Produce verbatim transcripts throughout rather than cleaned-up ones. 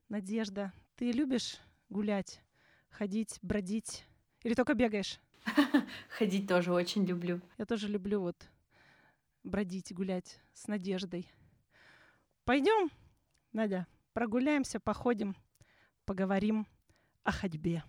Надежда, ты любишь гулять, ходить, бродить? Или только бегаешь? Ходить тоже очень люблю. Я тоже люблю вот бродить, гулять с Надеждой. Пойдем, Надя, прогуляемся, походим, поговорим о ходьбе.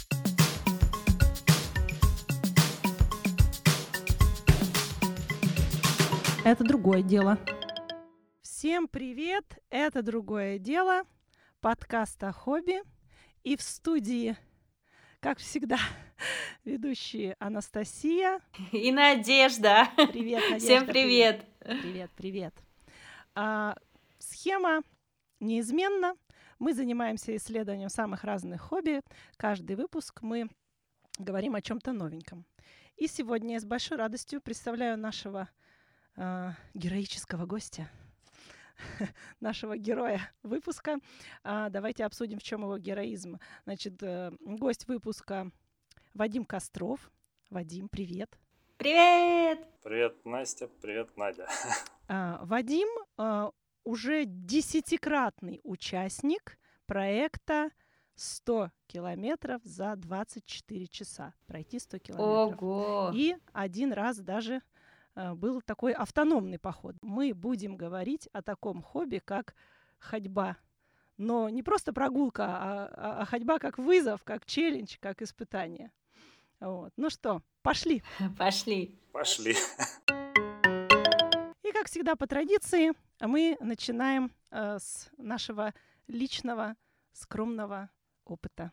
Это другое дело. Всем привет! Это другое дело. Подкаст о хобби. И в студии, как всегда, ведущие Анастасия. И Надежда. Привет, Надежда. Всем привет. Привет, привет. А, схема неизменна. Мы занимаемся исследованием самых разных хобби. Каждый выпуск мы говорим о чем-то новеньком. И сегодня я с большой радостью представляю нашего э, героического гостя, нашего героя выпуска. А, давайте обсудим, в чем его героизм. Значит, э, гость выпуска Вадим Костров. Вадим, привет. Привет! Привет, Настя. Привет, Надя. А, Вадим а, уже десятикратный участник проекта сто километров за двадцать четыре часа. Пройти сто километров. Ого! И один раз даже а, был такой автономный поход. Мы будем говорить о таком хобби, как ходьба. Но не просто прогулка, а, а, а ходьба как вызов, как челлендж, как испытание. Вот. Ну что, пошли. Пошли. Пошли. И, как всегда, по традиции, мы начинаем э, с нашего личного, скромного опыта.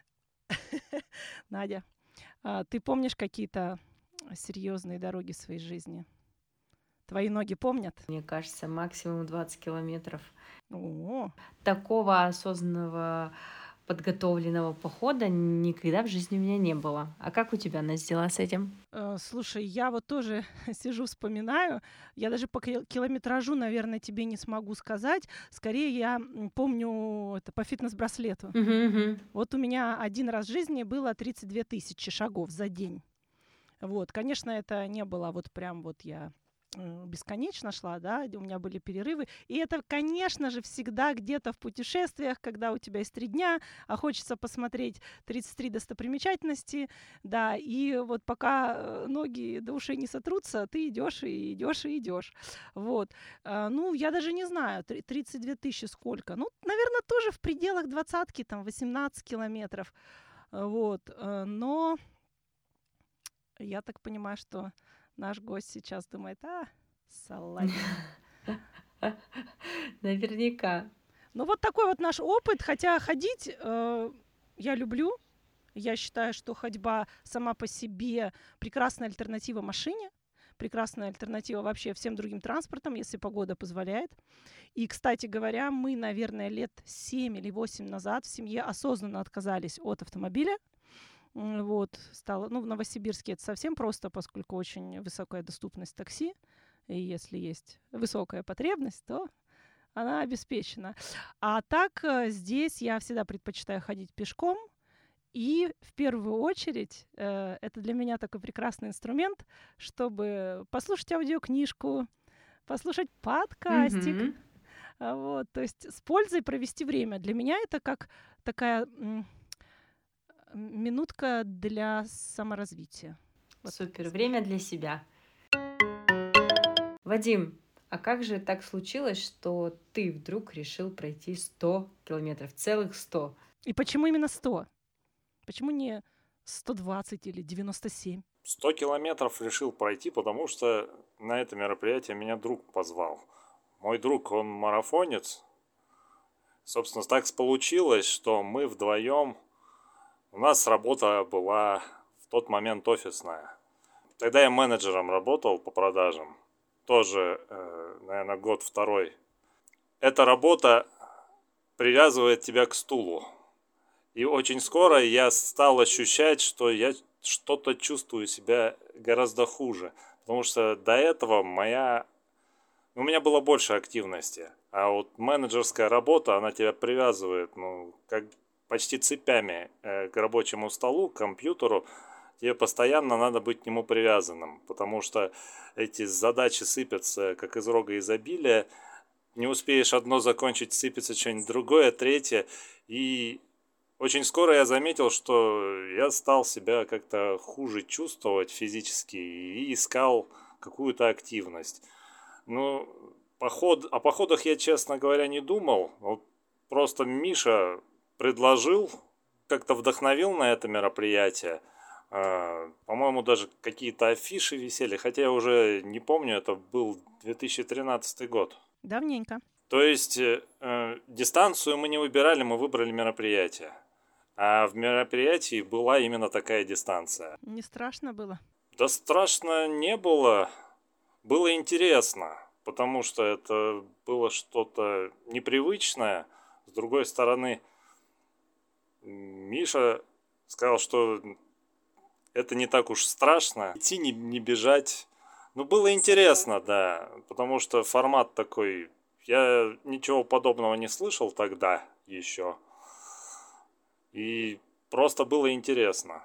Надя, а ты помнишь какие-то серьезные дороги в своей жизни? Твои ноги помнят? Мне кажется, максимум двадцать километров. О, Такого осознанного подготовленного похода никогда в жизни у меня не было. А как у тебя, Настя, дела с этим? э, слушай, я вот тоже сижу, вспоминаю. Я даже по кил- километражу, наверное, тебе не смогу сказать. Скорее, я м, помню это по фитнес-браслету. Угу, угу. Вот у меня один раз в жизни было тридцать две тысячи шагов за день. Вот, конечно, это не было вот прям вот я э, бесконечно шла, да, у меня были перерывы. И это, конечно же, всегда где-то в путешествиях, когда у тебя есть три дня, а хочется посмотреть тридцать три достопримечательности, да, и вот пока э, ноги до ушей не сотрутся, ты идешь и идешь и идешь. Вот. А, ну, я даже не знаю, три- тридцать две тысячи сколько. Ну, наверное, тоже в пределах двадцатки, там, восемнадцать километров. А, Вот. э, Но я так понимаю, что наш гость сейчас думает, а, салатик. Наверняка. Ну вот такой вот наш опыт, хотя ходить э, я люблю. Я считаю, что ходьба сама по себе прекрасная альтернатива машине, прекрасная альтернатива вообще всем другим транспортам, если погода позволяет. И, кстати говоря, мы, наверное, лет семь или восемь назад в семье осознанно отказались от автомобиля. М, Вот, стало, ну, в Новосибирске это совсем просто, поскольку очень высокая доступность такси, и если есть высокая потребность, то она обеспечена. А так э, здесь я всегда предпочитаю ходить пешком, и в первую очередь э, это для меня такой прекрасный инструмент, чтобы послушать аудиокнижку, послушать подкастик, Мгм. а, вот, то есть с пользой провести время. Для меня это как такая м, минутка для саморазвития. Вот так Супер. я скажу. Время для себя. Вадим, а как же так случилось, что ты вдруг решил пройти сто километров, целых сто? И почему именно сто? Почему не сто двадцать или девяносто семь? сто километров решил пройти, потому что на это мероприятие меня друг позвал. Мой друг, он марафонец. Собственно, так получилось, что мы вдвоем... У нас работа была в тот момент офисная. Тогда я менеджером работал по продажам. Тоже, э, наверное, год второй. Эта работа привязывает тебя к стулу. И очень скоро я стал ощущать, что я что-то чувствую себя гораздо хуже. Потому что до этого моя... у меня было больше активности. А вот менеджерская работа, она тебя привязывает, ну, как почти цепями э, к рабочему столу, к компьютеру. Тебе постоянно надо быть к нему привязанным. Потому что эти задачи сыпятся, как из рога изобилия. не успеешь одно закончить, сыпется что-нибудь другое, третье. И очень скоро я заметил, что я стал себя как-то хуже чувствовать физически и искал какую-то активность. Ну, поход... о походах я, честно говоря, не думал. Вот просто Миша предложил, как-то вдохновил на это мероприятие. А, по-моему, даже какие-то афиши висели, хотя я уже не помню, это был две тысячи тринадцатый год. Давненько. То есть э, дистанцию мы не выбирали, мы выбрали мероприятие. А в мероприятии была именно такая дистанция. Не страшно было? Да страшно не было. Было интересно, потому что это было что-то непривычное. С другой стороны, Миша сказал, что это не так уж страшно. Идти, не, не бежать. Ну, было интересно, да, потому что формат такой... Я ничего подобного не слышал тогда еще. И просто было интересно.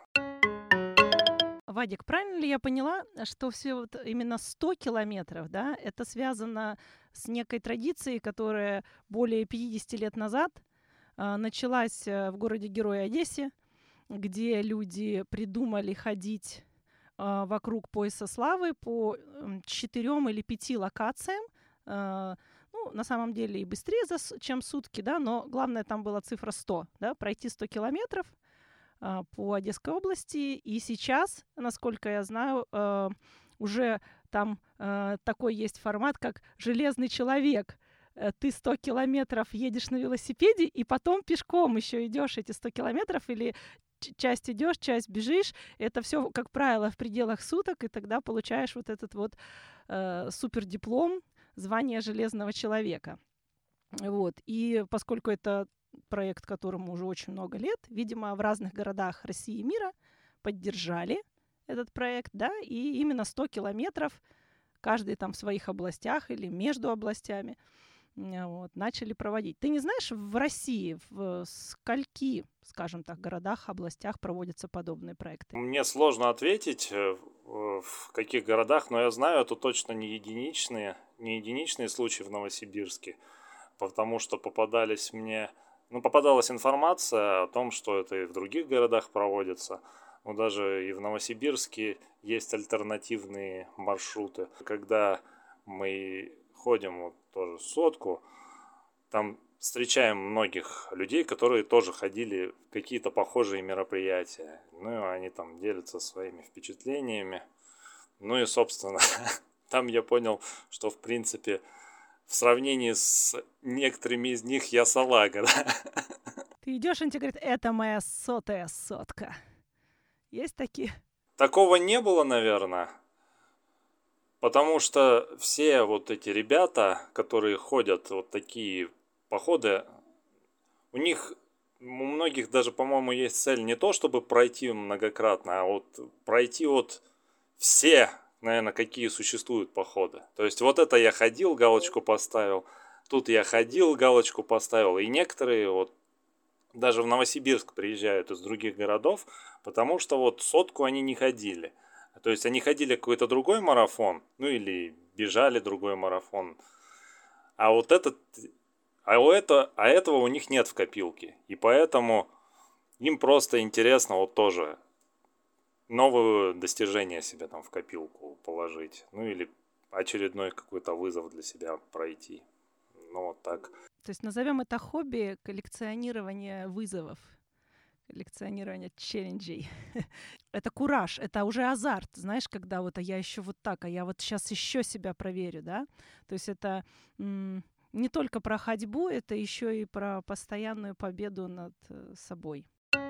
Вадик, правильно ли я поняла, что все вот именно сто километров, да, это связано с некой традицией, которая более пятьдесят лет назад э, началась в городе-герое Одессе, где люди придумали ходить э, вокруг пояса славы по четырем или пяти локациям. Э, ну, на самом деле и быстрее, за, чем сутки, да, но главное там была цифра сто, да, пройти сто километров э, по Одесской области. И сейчас, насколько я знаю, э, уже там э, такой есть формат, как «Железный человек». Ты сто километров едешь на велосипеде, и потом пешком еще идешь эти сто километров, или часть идешь, часть бежишь. Это все, как правило, в пределах суток, и тогда получаешь вот этот вот э, супердиплом, звание железного человека. Вот. И поскольку это проект, которому уже очень много лет, видимо, в разных городах России и мира поддержали этот проект, да, и именно сто километров, каждый там в своих областях или между областями, вот, начали проводить. Ты не знаешь, в России в скольки, скажем так, городах, областях проводятся подобные проекты? Мне сложно ответить, в каких городах, но я знаю, это точно не единичные, не единичные случаи в Новосибирске, потому что попадались мне, ну, попадалась информация о том, что это и в других городах проводится. Ну, даже и в Новосибирске есть альтернативные маршруты. Когда мы ходим вот тоже сотку, там встречаем многих людей, которые тоже ходили в какие-то похожие мероприятия. Ну, и они там делятся своими впечатлениями. Ну и, собственно, там я понял, что, в принципе, в сравнении с некоторыми из них я салага, да? Ты идешь, и тебе говорят, это моя сотая сотка. Есть такие? Такого не было, наверное. Потому что все вот эти ребята, которые ходят вот такие походы, у них, у многих даже, по-моему, есть цель не то, чтобы пройти многократно, а вот пройти вот все, наверное, какие существуют походы. То есть вот это я ходил, галочку поставил, тут я ходил, галочку поставил. И некоторые вот даже в Новосибирск приезжают из других городов, потому что вот сотку они не ходили. То есть они ходили какой-то другой марафон, ну или бежали другой марафон. А вот этот, а, у это, а этого у них нет в копилке. И поэтому им просто интересно вот тоже новые достижения себе там в копилку положить. Ну или очередной какой-то вызов для себя пройти. Ну вот так. То есть назовем это хобби коллекционирование вызовов. Коллекционирование челленджей. Это кураж, это уже азарт, знаешь, когда вот, а я еще вот так, а я вот сейчас еще себя проверю, да? То есть это м- не только про ходьбу, это еще и про постоянную победу над э, собой.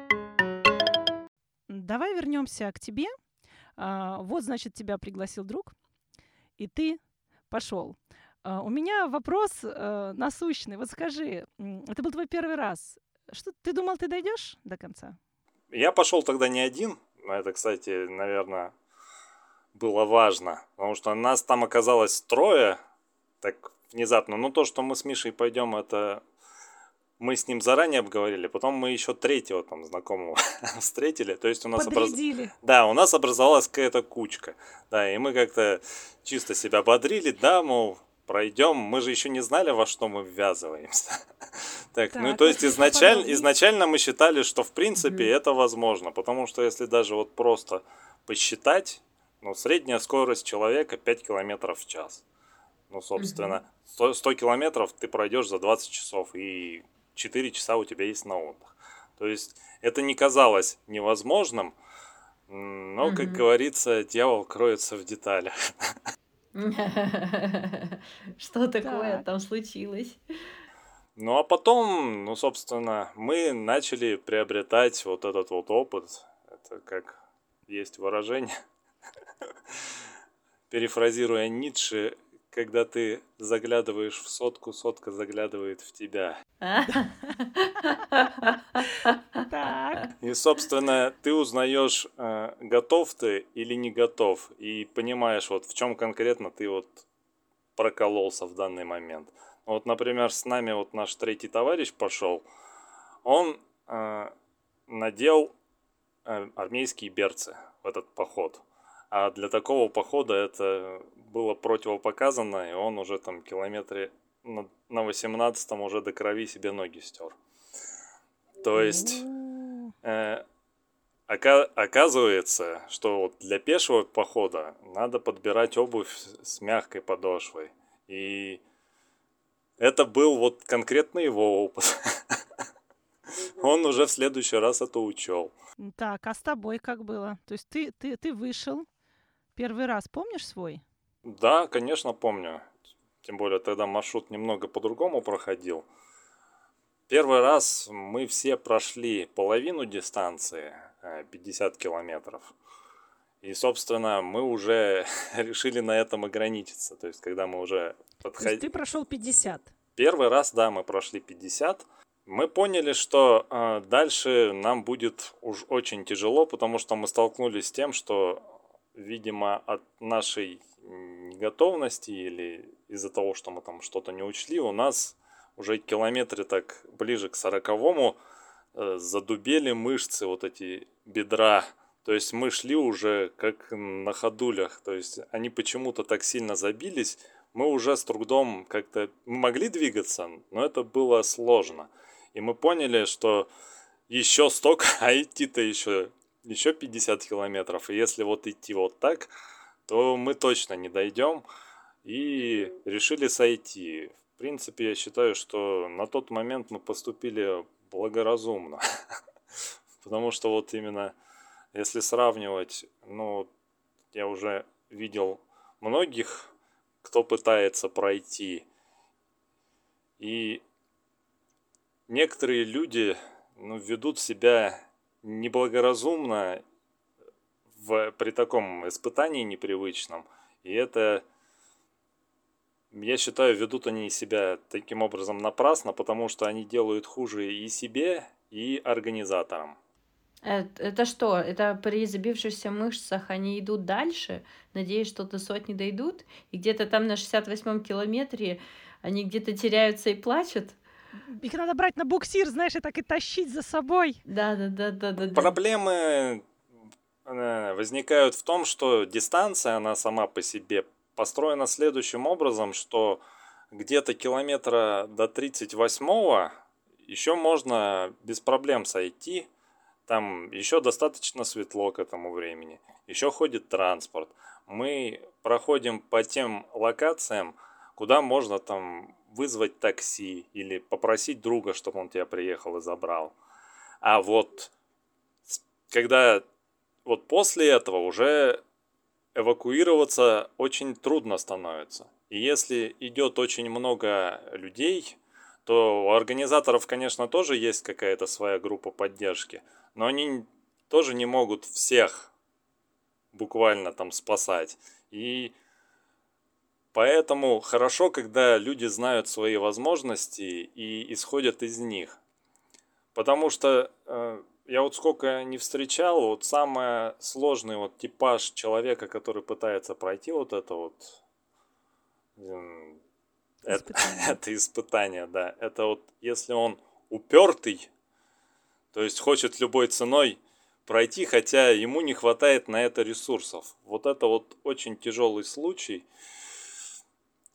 Давай вернемся к тебе. А, вот, значит, тебя пригласил друг, и ты пошел. А, у меня вопрос э, насущный. Вот скажи, это был твой первый раз. Что, ты думал, ты дойдешь до конца? Я пошел тогда не один. Это, кстати, наверное, было важно. Потому что нас там оказалось трое. Так внезапно. Но то, что мы с Мишей пойдем, это мы с ним заранее обговорили. Потом мы еще третьего там знакомого встретили. То есть у нас образ... Да, у нас образовалась какая-то кучка. Да, и мы как-то чисто себя бодрили. Да, мол, пройдем. Мы же еще не знали, во что мы ввязываемся. Так, ну Так, то есть расскажи изначально, поподробнее. изначально мы считали, что в принципе Мгм. это возможно, потому что если даже вот просто посчитать, ну средняя скорость человека пять километров в час. Ну, Мгм. собственно, сто, сто километров ты пройдешь за двадцать часов, и четыре часа у тебя есть на отдых. То есть это не казалось невозможным, м, но, как Мгм. говорится, дьявол кроется в деталях. Что такое Так. там случилось? Ну, а потом, ну, собственно, мы начали приобретать вот этот вот опыт. Это как есть выражение, перефразируя Ницше, когда ты заглядываешь в сотку, сотка заглядывает в тебя. Так. И, собственно, ты узнаешь, э, готов ты или не готов, и понимаешь, вот в чем конкретно ты вот прокололся в данный момент. Вот, например, с нами вот наш третий товарищ пошел, он э, надел э, армейские берцы в этот поход. А для такого похода это было противопоказано, и он уже там километре на, на восемнадцатом уже до крови себе ноги стер. То есть О, э, ока- оказывается, что вот для пешего похода надо подбирать обувь с мягкой подошвой. И это был вот конкретно его опыт. Он уже в следующий раз это учел. м, Так, а с тобой как было? То есть ты, ты, ты вышел первый раз, помнишь свой? Да, конечно, помню. Тем более тогда маршрут немного по-другому проходил. Первый раз мы все прошли половину дистанции, э, пятьдесят километров. И, собственно, мы уже решили на этом ограничиться. То есть, когда мы уже То есть подходили... ты прошел пятьдесят. Первый раз, да, мы прошли пятьдесят. Мы поняли, что э, дальше нам будет уж очень тяжело, потому что мы столкнулись с тем, что, видимо, от нашей неготовности или из-за того, что мы там что-то не учли, у нас уже километры так ближе к сороковому э, задубели мышцы, вот эти бедра. То есть мы шли уже как на ходулях. То есть они почему-то так сильно забились. Мы уже с трудом как-то... Мы могли двигаться, но это было сложно. И мы поняли, что еще столько, а идти-то еще, еще пятьдесят километров. И если вот идти вот так, то мы точно не дойдем. И решили сойти. В принципе, я считаю, что на тот момент мы поступили благоразумно. Потому что вот именно, если сравнивать, ну, я уже видел многих, кто пытается пройти. И некоторые люди, ну, ведут себя неблагоразумно в, при таком испытании непривычном. И это, я считаю, ведут они себя таким образом напрасно, потому что они делают хуже и себе, и организаторам. Эт- Это что? Это при забившихся мышцах они идут дальше, надеясь, что до сотни дойдут, и где-то там на шестьдесят восьмом километре они где-то теряются и плачут? Их надо брать на буксир, знаешь, и так и тащить за собой. Да, да, да, да, да, да. Проблемы э, возникают в том, что дистанция, она сама по себе построена следующим образом, что где-то километра до тридцать восьмого еще можно без проблем сойти. Там еще достаточно светло к этому времени. Еще ходит транспорт. Мы проходим по тем локациям, куда можно там вызвать такси или попросить друга, чтобы он тебя приехал и забрал. А вот когда вот после этого уже эвакуироваться очень трудно становится. И если идет очень много людей, то у организаторов, конечно, тоже есть какая-то своя группа поддержки, но они тоже не могут всех буквально там спасать. И поэтому хорошо, когда люди знают свои возможности и исходят из них. Потому что э, я вот сколько не встречал, вот самый сложный вот типаж человека, который пытается пройти вот это вот эм, это, Испытание. это испытание, да. Это вот если он упертый, то есть хочет любой ценой пройти, хотя ему не хватает на это ресурсов. Вот это вот очень тяжелый случай,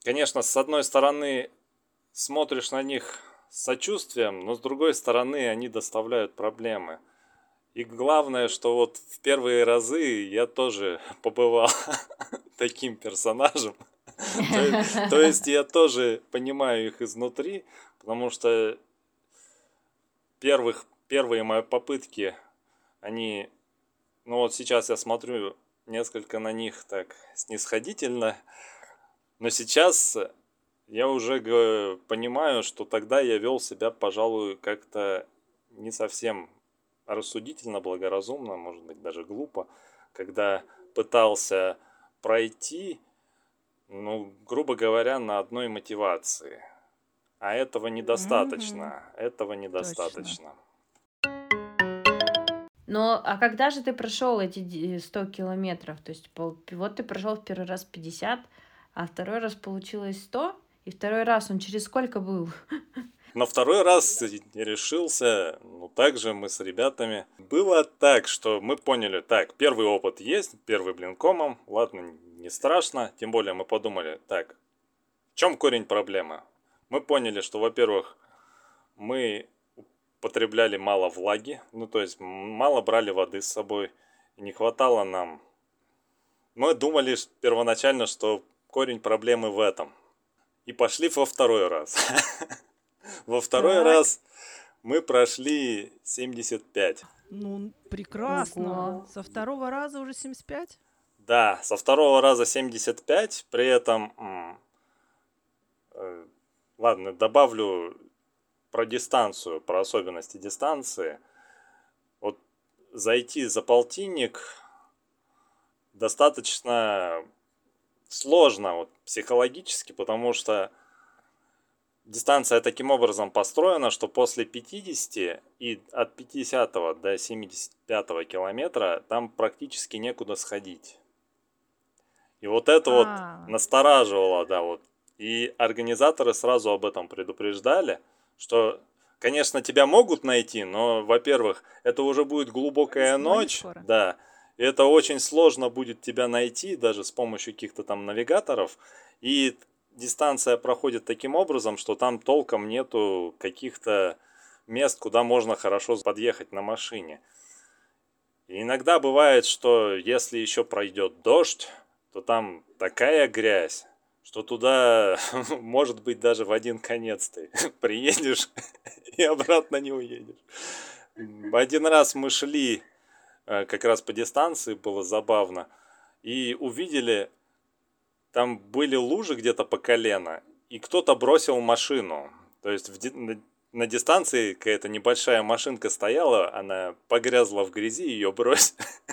конечно, с одной стороны, смотришь на них с сочувствием, но с другой стороны, они доставляют проблемы. И главное, что вот в первые разы я тоже побывал таким персонажем. То есть, то есть я тоже понимаю их изнутри, потому что первых, первые мои попытки, они, ну вот сейчас я смотрю несколько на них так снисходительно, но сейчас я уже г- понимаю, что тогда я вел себя, пожалуй, как-то не совсем рассудительно, благоразумно, может быть, даже глупо, когда пытался пройти, ну, грубо говоря, на одной мотивации. А этого Мгм. недостаточно. Этого Точно. недостаточно. Но, а когда же ты прошел эти ди- сто километров? То есть, пол- вот ты прошел в первый раз пятьдесят, а второй раз получилось сто, и второй раз он через сколько был? На второй раз я решился, ну, также мы с ребятами. Было так, что мы поняли, так, первый опыт есть, первый блин комом, ладно, не страшно, тем более мы подумали, так, в чем корень проблемы? Мы поняли, что, во-первых, мы потребляли мало влаги, ну, то есть м, мало брали воды с собой, и не хватало нам. Мы думали ш- первоначально, что корень проблемы в этом. И пошли во второй раз. Во второй Так, раз мы прошли семьдесят пять. ну прекрасно. Ого. Со второго раза уже семьдесят пять? Да, со второго раза семьдесят пять, при этом, м, э, ладно, добавлю про дистанцию, про особенности дистанции. Вот зайти за полтинник достаточно сложно вот, психологически, потому что дистанция таким образом построена, что после пятидесяти и от пятидесятого до семидесяти пятого километра там практически некуда сходить. И вот это вот А, настораживало, да, вот. И организаторы сразу об этом предупреждали, что, конечно, тебя могут найти, но, во-первых, это уже будет глубокая но не ночь, скоро. да, и это очень сложно будет тебя найти, даже с помощью каких-то там навигаторов, и дистанция проходит таким образом, что там толком нету каких-то мест, куда можно хорошо подъехать на машине. И иногда бывает, что если еще пройдет дождь, то там такая грязь, что туда, может быть, даже в один конец ты приедешь и обратно не уедешь. Один раз мы шли э, как раз по дистанции, было забавно, и увидели, там были лужи где-то по колено, и кто-то бросил машину. То есть в ди- на, на дистанции какая-то небольшая машинка стояла, она погрязла в грязи, ее бросили.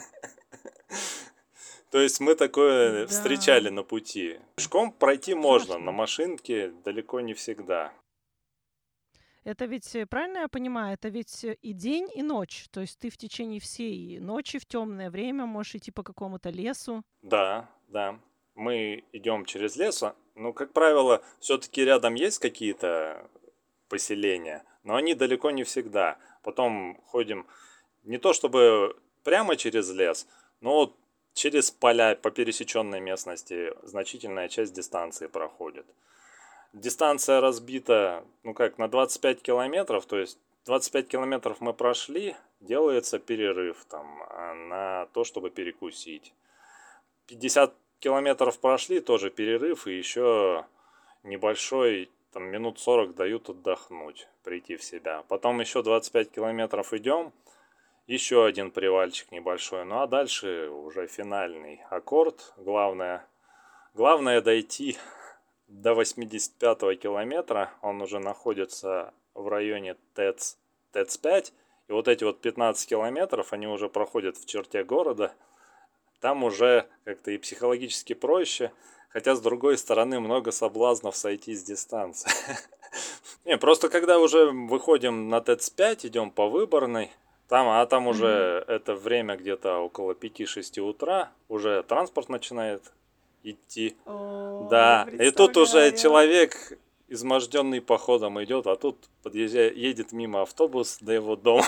То есть мы такое встречали Да, на пути. Пешком пройти можно, на страшно. машинке далеко не всегда. Это ведь, э, правильно я понимаю, это ведь э, и день, и ночь. То есть ты в течение всей ночи в темное время можешь идти по какому-то лесу. Да, да. Мы идем через лес, а, ну, как правило, все-таки рядом есть какие-то поселения, но они далеко не всегда. Потом ходим не то чтобы прямо через лес, но вот через поля по пересеченной местности значительная часть дистанции проходит. Дистанция разбита, ну как, на двадцать пять километров, то есть двадцать пять километров мы прошли, делается перерыв там а, на то, чтобы перекусить. пятьдесят километров прошли, тоже перерыв, и еще небольшой, там минут сорок дают отдохнуть, прийти в себя. Потом еще двадцать пять километров идем, еще один привальчик небольшой, ну а дальше уже финальный аккорд. Главное, главное дойти до восьмидесяти пятого километра, он уже находится в районе ТЭЦ, ТЭЦ пять, и вот эти вот пятнадцать километров, они уже проходят в черте города, там уже как-то и психологически проще, хотя с другой стороны много соблазнов сойти с дистанции. Не, просто когда уже выходим на ТЭЦ пять, идем по Выборной, там, а там Мгм. уже это время где-то около пяти-шести утра, уже транспорт начинает идти. О, Да, и тут уже представляю. человек, изможденный походом, идет, а тут подъезжает, едет мимо автобус до его дома.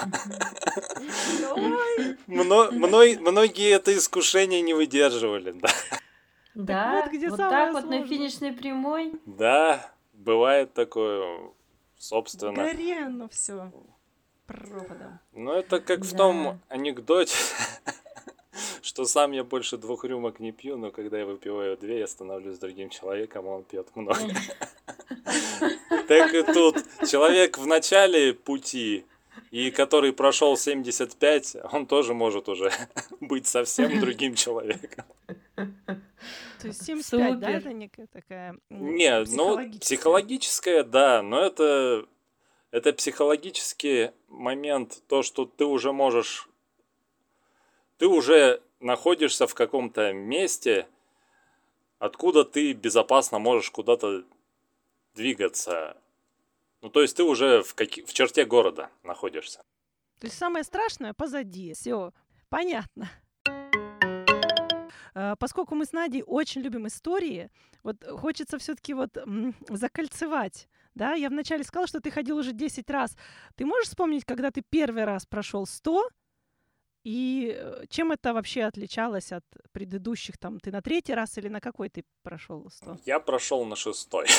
Ой, Мно- мной- Многие это искушение не выдерживали, да. Так вот Да, где вот самое так вот на сложное. финишной прямой. Да, бывает такое, собственно. Горе оно все пропадом. Но это как в Да. том анекдоте, что сам я больше двух рюмок не пью, но когда я выпиваю две, я становлюсь другим человеком, а он пьет много. Так и тут человек в начале пути, и который прошел семьдесят пять, он тоже может уже быть совсем другим человеком. То есть семьдесят пять, да, Супер. это некая такая м, Не, ну, психологическая. психологическое, да, но это, это психологический момент, то, что ты уже можешь, ты уже находишься в каком-то месте, откуда ты безопасно можешь куда-то двигаться. Ну, то есть ты уже в, каки- в черте города находишься. То есть самое страшное позади. Все, понятно. Э, Поскольку мы с Надей очень любим истории, вот хочется все-таки вот м, закольцевать. Да, я вначале сказала, что ты ходил уже десять раз. Ты можешь вспомнить, когда ты первый раз прошел сто, и э, чем это вообще отличалось от предыдущих? Там ты на третий раз или на какой ты прошел сто? Я прошел на шестой.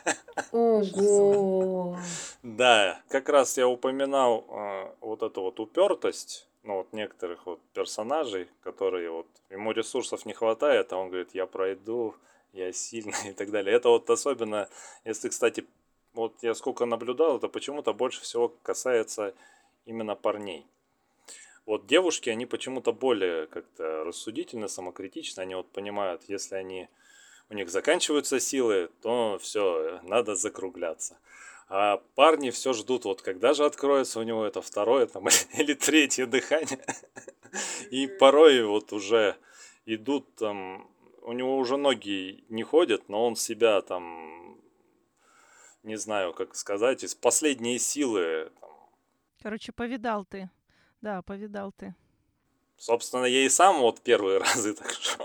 Ого. Да, как раз я упоминал э, вот эту вот упертость, ну вот некоторых вот персонажей, которые вот ему ресурсов не хватает, а он говорит, я пройду, я сильный и так далее. Это вот особенно, если, кстати, вот я сколько наблюдал, это почему-то больше всего касается именно парней. Вот девушки, они почему-то более как-то рассудительны, самокритичны, они вот понимают, если они у них заканчиваются силы, то все, надо закругляться. А парни все ждут, вот когда же откроется у него это второе там, или третье дыхание. И порой вот уже идут там, у него уже ноги не ходят, но он себя там, не знаю, как сказать, из последней силы. Там, Короче, повидал ты. Да, повидал ты. собственно, я и сам вот первые разы так шел.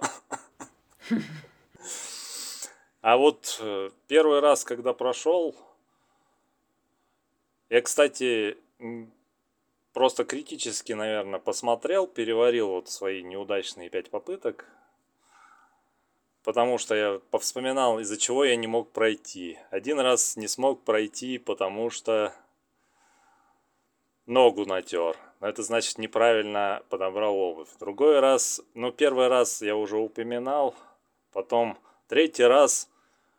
А вот э, первый раз, когда прошел, я, кстати, м, просто критически, наверное, посмотрел, переварил вот свои неудачные пять попыток, потому что я повспоминал, из-за чего я не мог пройти. Один раз не смог пройти, потому что ногу натер. Но это значит неправильно подобрал обувь. Другой раз, ну первый раз я уже упоминал, потом третий раз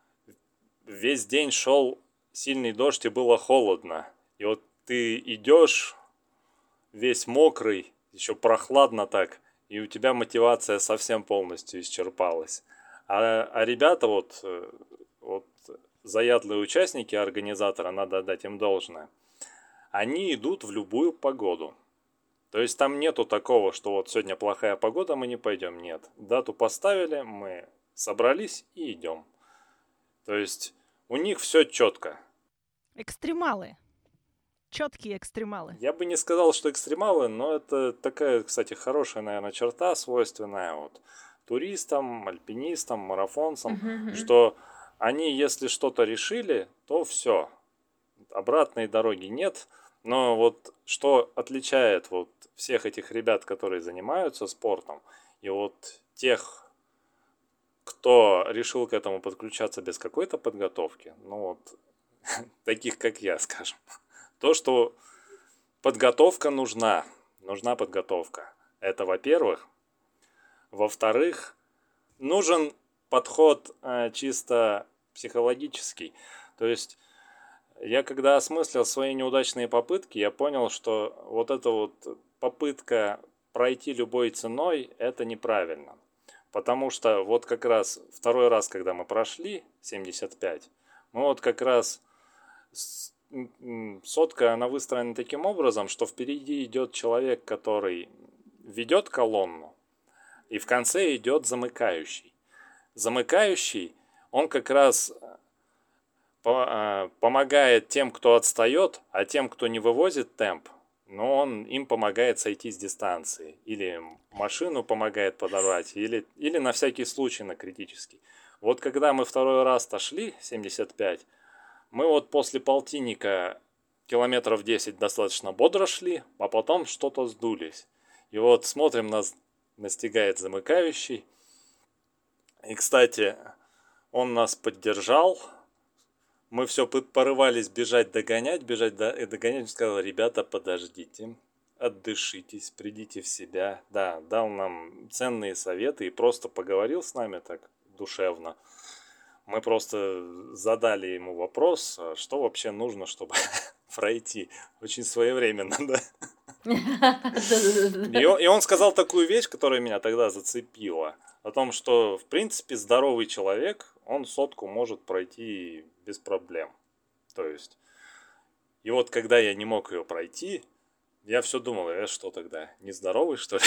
весь день шел сильный дождь и было холодно. И вот ты идешь весь мокрый, еще прохладно так, и у тебя мотивация совсем полностью исчерпалась. А, а ребята вот, э, вот заядлые участники организатора, надо отдать им должное, они идут в любую погоду. То есть там нету такого, что вот сегодня плохая погода, мы не пойдем. Нет. Дату поставили, мы собрались и идем. То есть у них все четко. Экстремалы. Четкие экстремалы. Я бы не сказал, что экстремалы, но это такая, кстати, хорошая, наверное, черта, свойственная вот туристам, альпинистам, марафонцам, Мгм. что они, если что-то решили, то все, обратной дороги нет. Но вот что отличает вот всех этих ребят, которые занимаются спортом, и вот тех, кто решил к этому подключаться без какой-то подготовки, ну вот таких, как я, скажем, то, что подготовка нужна, нужна подготовка. Это во-первых. Во-вторых, нужен подход э, чисто психологический. То есть я когда осмыслил свои неудачные попытки, я понял, что вот эта вот попытка пройти любой ценой, это неправильно. Потому что вот как раз второй раз, когда мы прошли семьдесят пять, мы вот как раз с- м, м, сотка, она выстроена таким образом, что впереди идет человек, который ведет колонну, и в конце идет замыкающий. Замыкающий, он как раз по- а, помогает тем, кто отстает, а тем, кто не вывозит темп, но он им помогает сойти с дистанции. Или машину помогает подорвать, или, или на всякий случай на критический. Вот когда мы второй раз-то шли, семьдесят пять, мы вот после полтинника километров десять достаточно бодро шли, а потом что-то сдулись. И вот смотрим, нас настигает замыкающий. И, кстати, он нас поддержал. Мы все порывались бежать, догонять, бежать, догонять. Он сказал: ребята, подождите, отдышитесь, придите в себя. Да, дал нам ценные советы и просто поговорил с нами так душевно. Мы просто задали ему вопрос, что вообще нужно, чтобы пройти. Очень своевременно, да? И он, и он сказал такую вещь, которая меня тогда зацепила. О том, что, в принципе, здоровый человек, он сотку может пройти без проблем. То есть, и вот когда я не мог ее пройти, я все думал: я что тогда, нездоровый, что ли?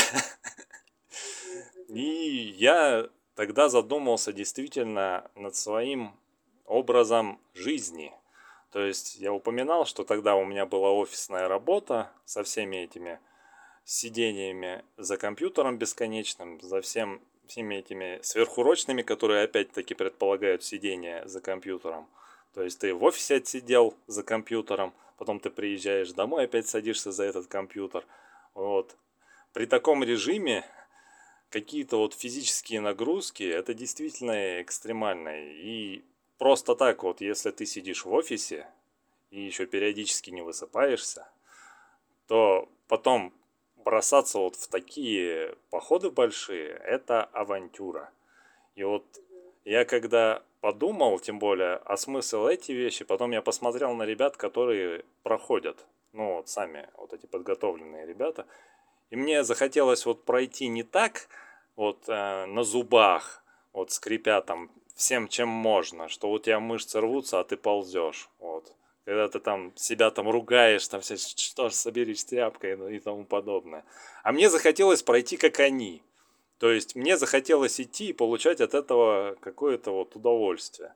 И я тогда задумался действительно над своим образом жизни. То есть я упоминал, что тогда у меня была офисная работа со всеми этими сидениями за компьютером бесконечным, за всем, всеми этими сверхурочными, которые опять-таки предполагают сидение за компьютером. То есть ты в офисе отсидел за компьютером, потом ты приезжаешь домой, опять садишься за этот компьютер. Вот. При таком режиме какие-то вот физические нагрузки, это действительно экстремально. И просто так вот, если ты сидишь в офисе и еще периодически не высыпаешься, то потом бросаться вот в такие походы большие, это авантюра. И вот я когда подумал, тем более, осмыслил эти вещи, потом я посмотрел на ребят, которые проходят, ну вот сами вот эти подготовленные ребята, и мне захотелось вот пройти не так, вот э, на зубах, вот скрипя там всем, чем можно, что у тебя мышцы рвутся, а ты ползешь, вот. Когда ты там себя там ругаешь, там все, что ж, соберись тряпкой, ну, и тому подобное. А мне захотелось пройти, как они. То есть мне захотелось идти и получать от этого какое-то вот удовольствие.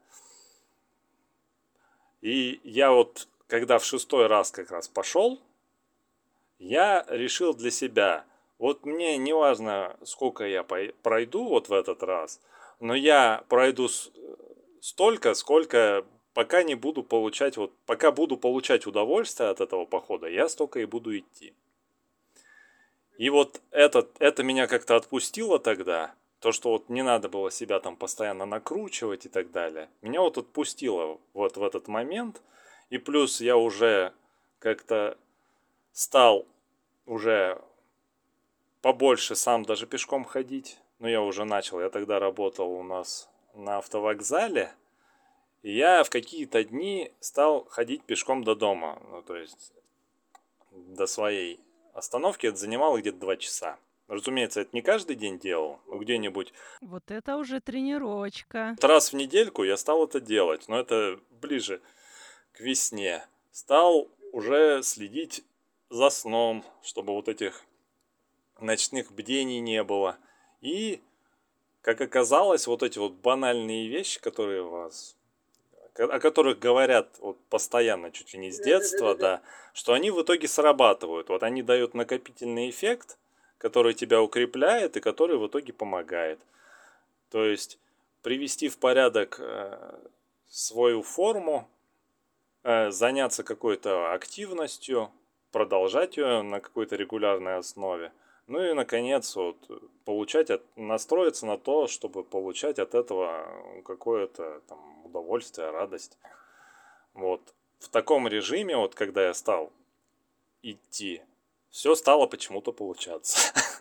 И я вот, когда в шестой раз как раз пошел, я решил для себя, вот мне не важно, сколько я пройду вот в этот раз, но я пройду столько, сколько пока не буду получать, вот пока буду получать удовольствие от этого похода, я столько и буду идти. И вот это, это меня как-то отпустило тогда, то, что вот не надо было себя там постоянно накручивать и так далее. Меня вот отпустило вот в этот момент, и плюс я уже как-то стал уже побольше сам даже пешком ходить. Ну, я уже начал, я тогда работал у нас на автовокзале, и я в какие-то дни стал ходить пешком до дома, ну, то есть до своей остановки. Это занимало где-то два часа. Разумеется, это не каждый день делал, но где-нибудь... Вот это уже тренировочка. Раз в недельку я стал это делать, но это ближе к весне. Стал уже следить за сном, чтобы вот этих ночных бдений не было. И, как оказалось, вот эти вот банальные вещи, которые вас... о которых говорят вот постоянно, чуть ли не с детства, да, что они в итоге срабатывают. Вот они дают накопительный эффект, который тебя укрепляет и который в итоге помогает. То есть привести в порядок э, свою форму, э, заняться какой-то активностью, продолжать ее на какой-то регулярной основе. Ну и, наконец, вот, получать, от, настроиться на то, чтобы получать от этого какое-то там удовольствие, радость. Вот. В таком режиме, вот когда я стал идти, все стало почему-то получаться.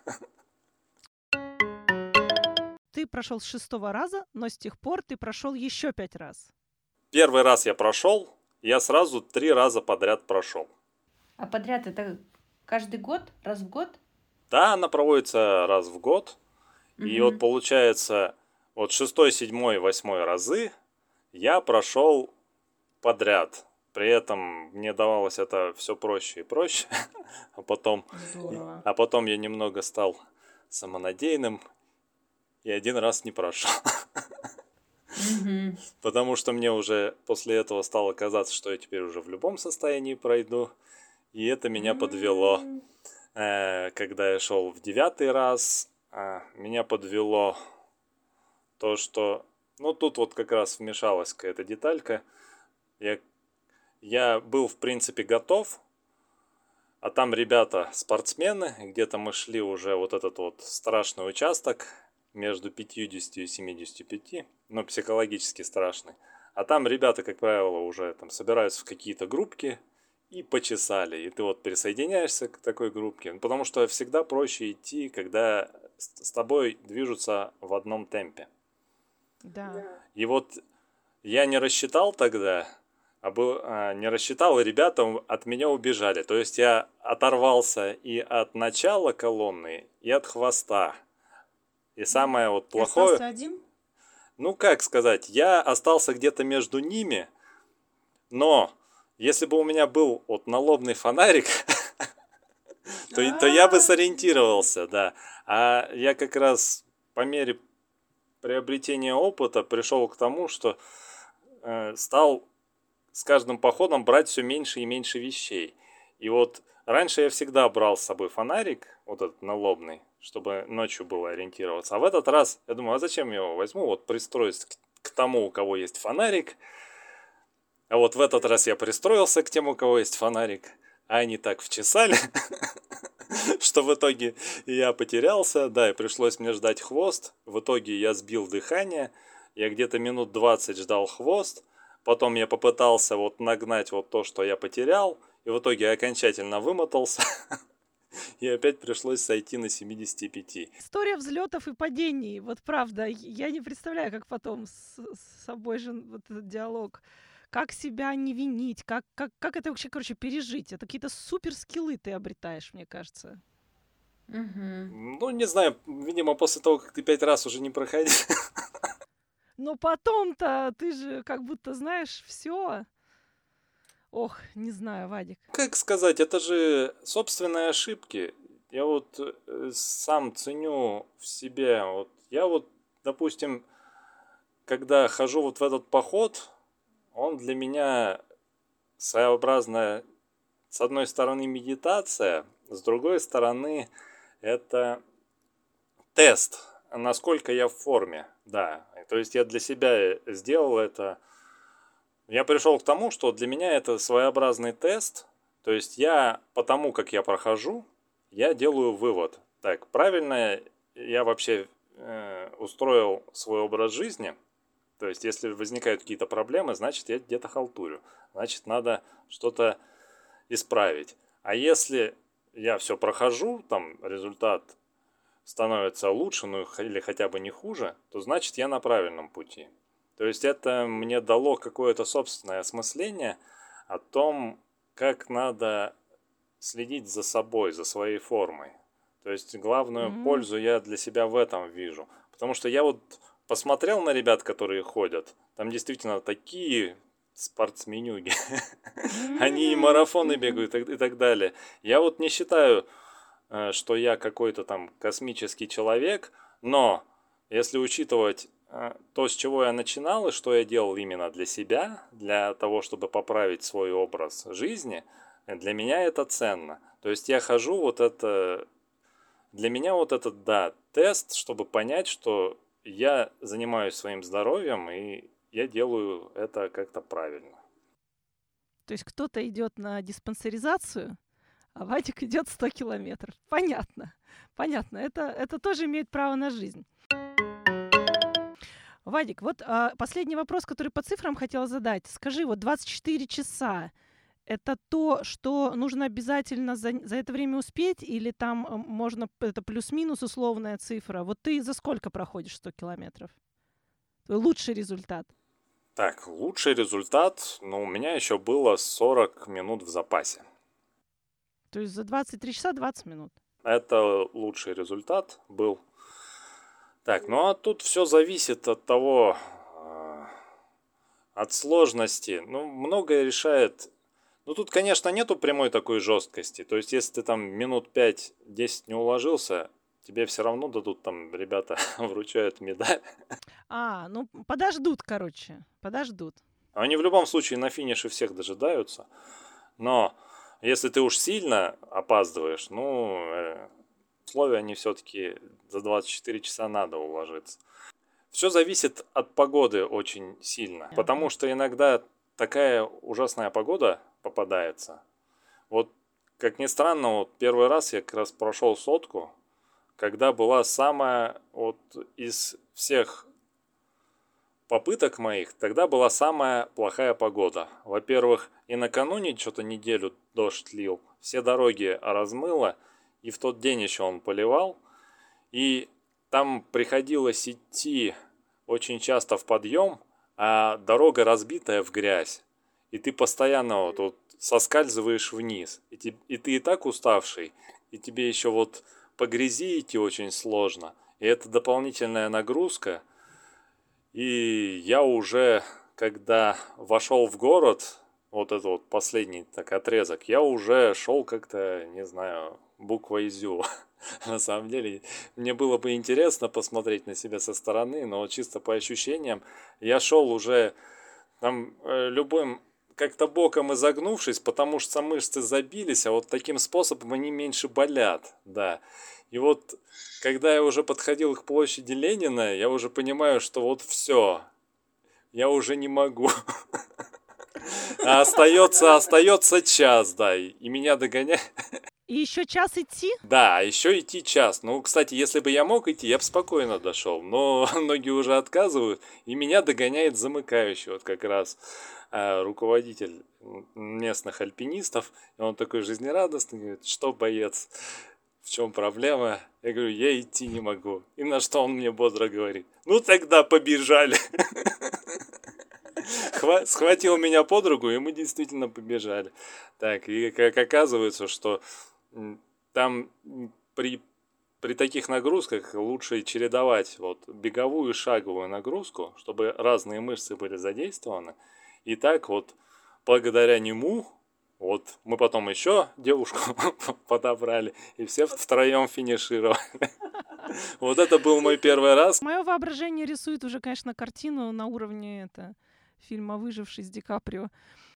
Ты прошел с шестого раза, но с тех пор ты прошел еще пять раз. Первый раз я прошел, я сразу три раза подряд прошел. А подряд это каждый год, раз в год? Да, она проводится раз в год. Угу. И вот получается, вот шестой, седьмой, восьмой разы я прошел подряд. При этом мне давалось это все проще и проще. А потом, а потом я немного стал самонадеянным и один раз не прошел. Угу. Потому что мне уже после этого стало казаться, что я теперь уже в любом состоянии пройду. И это меня подвело. Когда я шел в девятый раз, меня подвело то, что... Ну, тут вот как раз вмешалась какая-то деталька. Я, я был, в принципе, готов, а там ребята спортсмены, где-то мы шли уже вот этот вот страшный участок, между пятьюдесятью и семидесятью пятью, но психологически страшный. А там ребята, как правило, уже там собираются в какие-то группки и почесали. И ты вот присоединяешься к такой группке, потому что всегда проще идти, когда с тобой движутся в одном темпе. Да. И вот я не рассчитал тогда, а был, а, не рассчитал, и ребята от меня убежали. То есть я оторвался и от начала колонны, и от хвоста. И самое вот Ты плохое... остался один? Ну, как сказать, я остался где-то между ними, но если бы у меня был вот налобный фонарик, то, то я бы сориентировался, да. А я как раз по мере приобретения опыта пришел к тому, что э, стал с каждым походом брать все меньше и меньше вещей. И вот раньше я всегда брал с собой фонарик, вот этот налобный, чтобы ночью было ориентироваться. А в этот раз я думаю, а зачем я его возьму? Вот пристроюсь к, к тому, у кого есть фонарик. А вот в этот раз я пристроился к тем, у кого есть фонарик. А они так вчесали, что в итоге я потерялся. Да, и пришлось мне ждать хвост. В итоге я сбил дыхание. Я где-то минут двадцать ждал хвост. Потом я попытался вот нагнать вот то, что я потерял. И в итоге я окончательно вымотался. И опять пришлось сойти на семидесяти пяти. История взлетов и падений. Вот правда, я не представляю, как потом с, с собой же вот этот диалог. Как себя не винить, как, как, как это вообще, короче, пережить. Это какие-то супер скиллы ты обретаешь, мне кажется. Мгм. Ну, не знаю, видимо, после того, как ты пять раз уже не проходил. Но потом-то ты же как будто знаешь все. Ох, не знаю, Вадик. Как сказать, это же собственные ошибки. Я вот э, сам ценю в себе. Вот я вот, допустим, когда хожу вот в этот поход, он для меня своеобразная, с одной стороны, медитация, с другой стороны, это тест, насколько я в форме. Да, то есть я для себя сделал это. Я пришел к тому, что для меня это своеобразный тест. То есть я, потому как я прохожу, я делаю вывод. Так, правильно я вообще э, устроил свой образ жизни. То есть если возникают какие-то проблемы, значит я где-то халтурю. Значит надо что-то исправить. А если я все прохожу, там результат становится лучше, ну или хотя бы не хуже, то значит я на правильном пути. То есть это мне дало какое-то собственное осмысление о том, как надо следить за собой, за своей формой. То есть главную М. пользу я для себя в этом вижу. Потому что я вот посмотрел на ребят, которые ходят, там действительно такие спортсменюги. Они и марафоны бегают и так далее. Я вот не считаю, э, что я какой-то там космический человек, но если учитывать э, то, с чего я начинал и что я делал именно для себя, для того, чтобы поправить свой образ жизни, э, для меня это ценно. То есть я хожу вот это... Для меня вот этот, да, тест, чтобы понять, что я занимаюсь своим здоровьем и я делаю это как-то правильно. То есть кто-то идет на диспансеризацию, а Вадик идет сто километров. Понятно. Понятно. Это, это тоже имеет право на жизнь. Вадик, вот а, последний вопрос, который по цифрам хотела задать. Скажи, вот двадцать четыре часа — это то, что нужно обязательно за, за это время успеть, или там э, можно, это плюс-минус условная цифра? Вот ты за сколько проходишь сто километров? Твой лучший результат? Так, лучший результат, ну, у меня еще было сорок минут в запасе. То есть за двадцать три часа двадцать минут. Это лучший результат был. Так, ну а тут все зависит от того, э, от сложности. Ну, многое решает. Ну, тут, конечно, нету прямой такой жесткости. То есть, если ты там минут пять-десять не уложился, тебе все равно дадут, там, ребята вручают медаль. А, ну подождут, короче, подождут. Они в любом случае на финише всех дожидаются. Но если ты уж сильно опаздываешь, ну, э, условия они все-таки за двадцать четыре часа надо уложиться. Все зависит от погоды очень сильно. Потому что иногда такая ужасная погода попадается. Вот, как ни странно, вот первый раз я как раз прошел сотку. когда была самая, вот из всех попыток моих, тогда была самая плохая погода. Во-первых, и накануне что-то неделю дождь лил, все дороги размыло, и в тот день еще он поливал, и там приходилось идти очень часто в подъем, а дорога разбитая в грязь, и ты постоянно вот, вот соскальзываешь вниз, и, te, и ты и так уставший, и тебе еще вот по грязи идти очень сложно, и это дополнительная нагрузка. И я уже, когда вошел в город, вот этот вот последний так отрезок, я уже шел как-то, не знаю, буквой «зю». На самом деле, мне было бы интересно посмотреть на себя со стороны, но чисто по ощущениям, я шел уже там э, любым как-то боком изогнувшись, потому что мышцы забились, а вот таким способом они меньше болят, да. И вот, когда я уже подходил к площади Ленина, я уже понимаю, что вот все, я уже не могу. А остается, остается час, да, и меня догоняет. И еще час идти? Да, еще идти час. Ну, кстати, если бы я мог идти, я бы спокойно дошел. Но многие уже отказывают, и меня догоняет замыкающий, вот как раз э, руководитель местных альпинистов. И он такой жизнерадостный, говорит: что, боец, в чем проблема? Я говорю: я идти не могу. И на что он мне бодро говорит: ну тогда побежали. Схватил меня под руку, и мы действительно побежали. Так, и как оказывается, что там при, при таких нагрузках лучше чередовать вот беговую и шаговую нагрузку, чтобы разные мышцы были задействованы. И так вот, благодаря нему, вот мы потом еще девушку подобрали, и все втроем финишировали. Вот это был мой первый раз. Мое воображение рисует уже, конечно, картину на уровне это, фильма «Выживший» с Ди Каприо.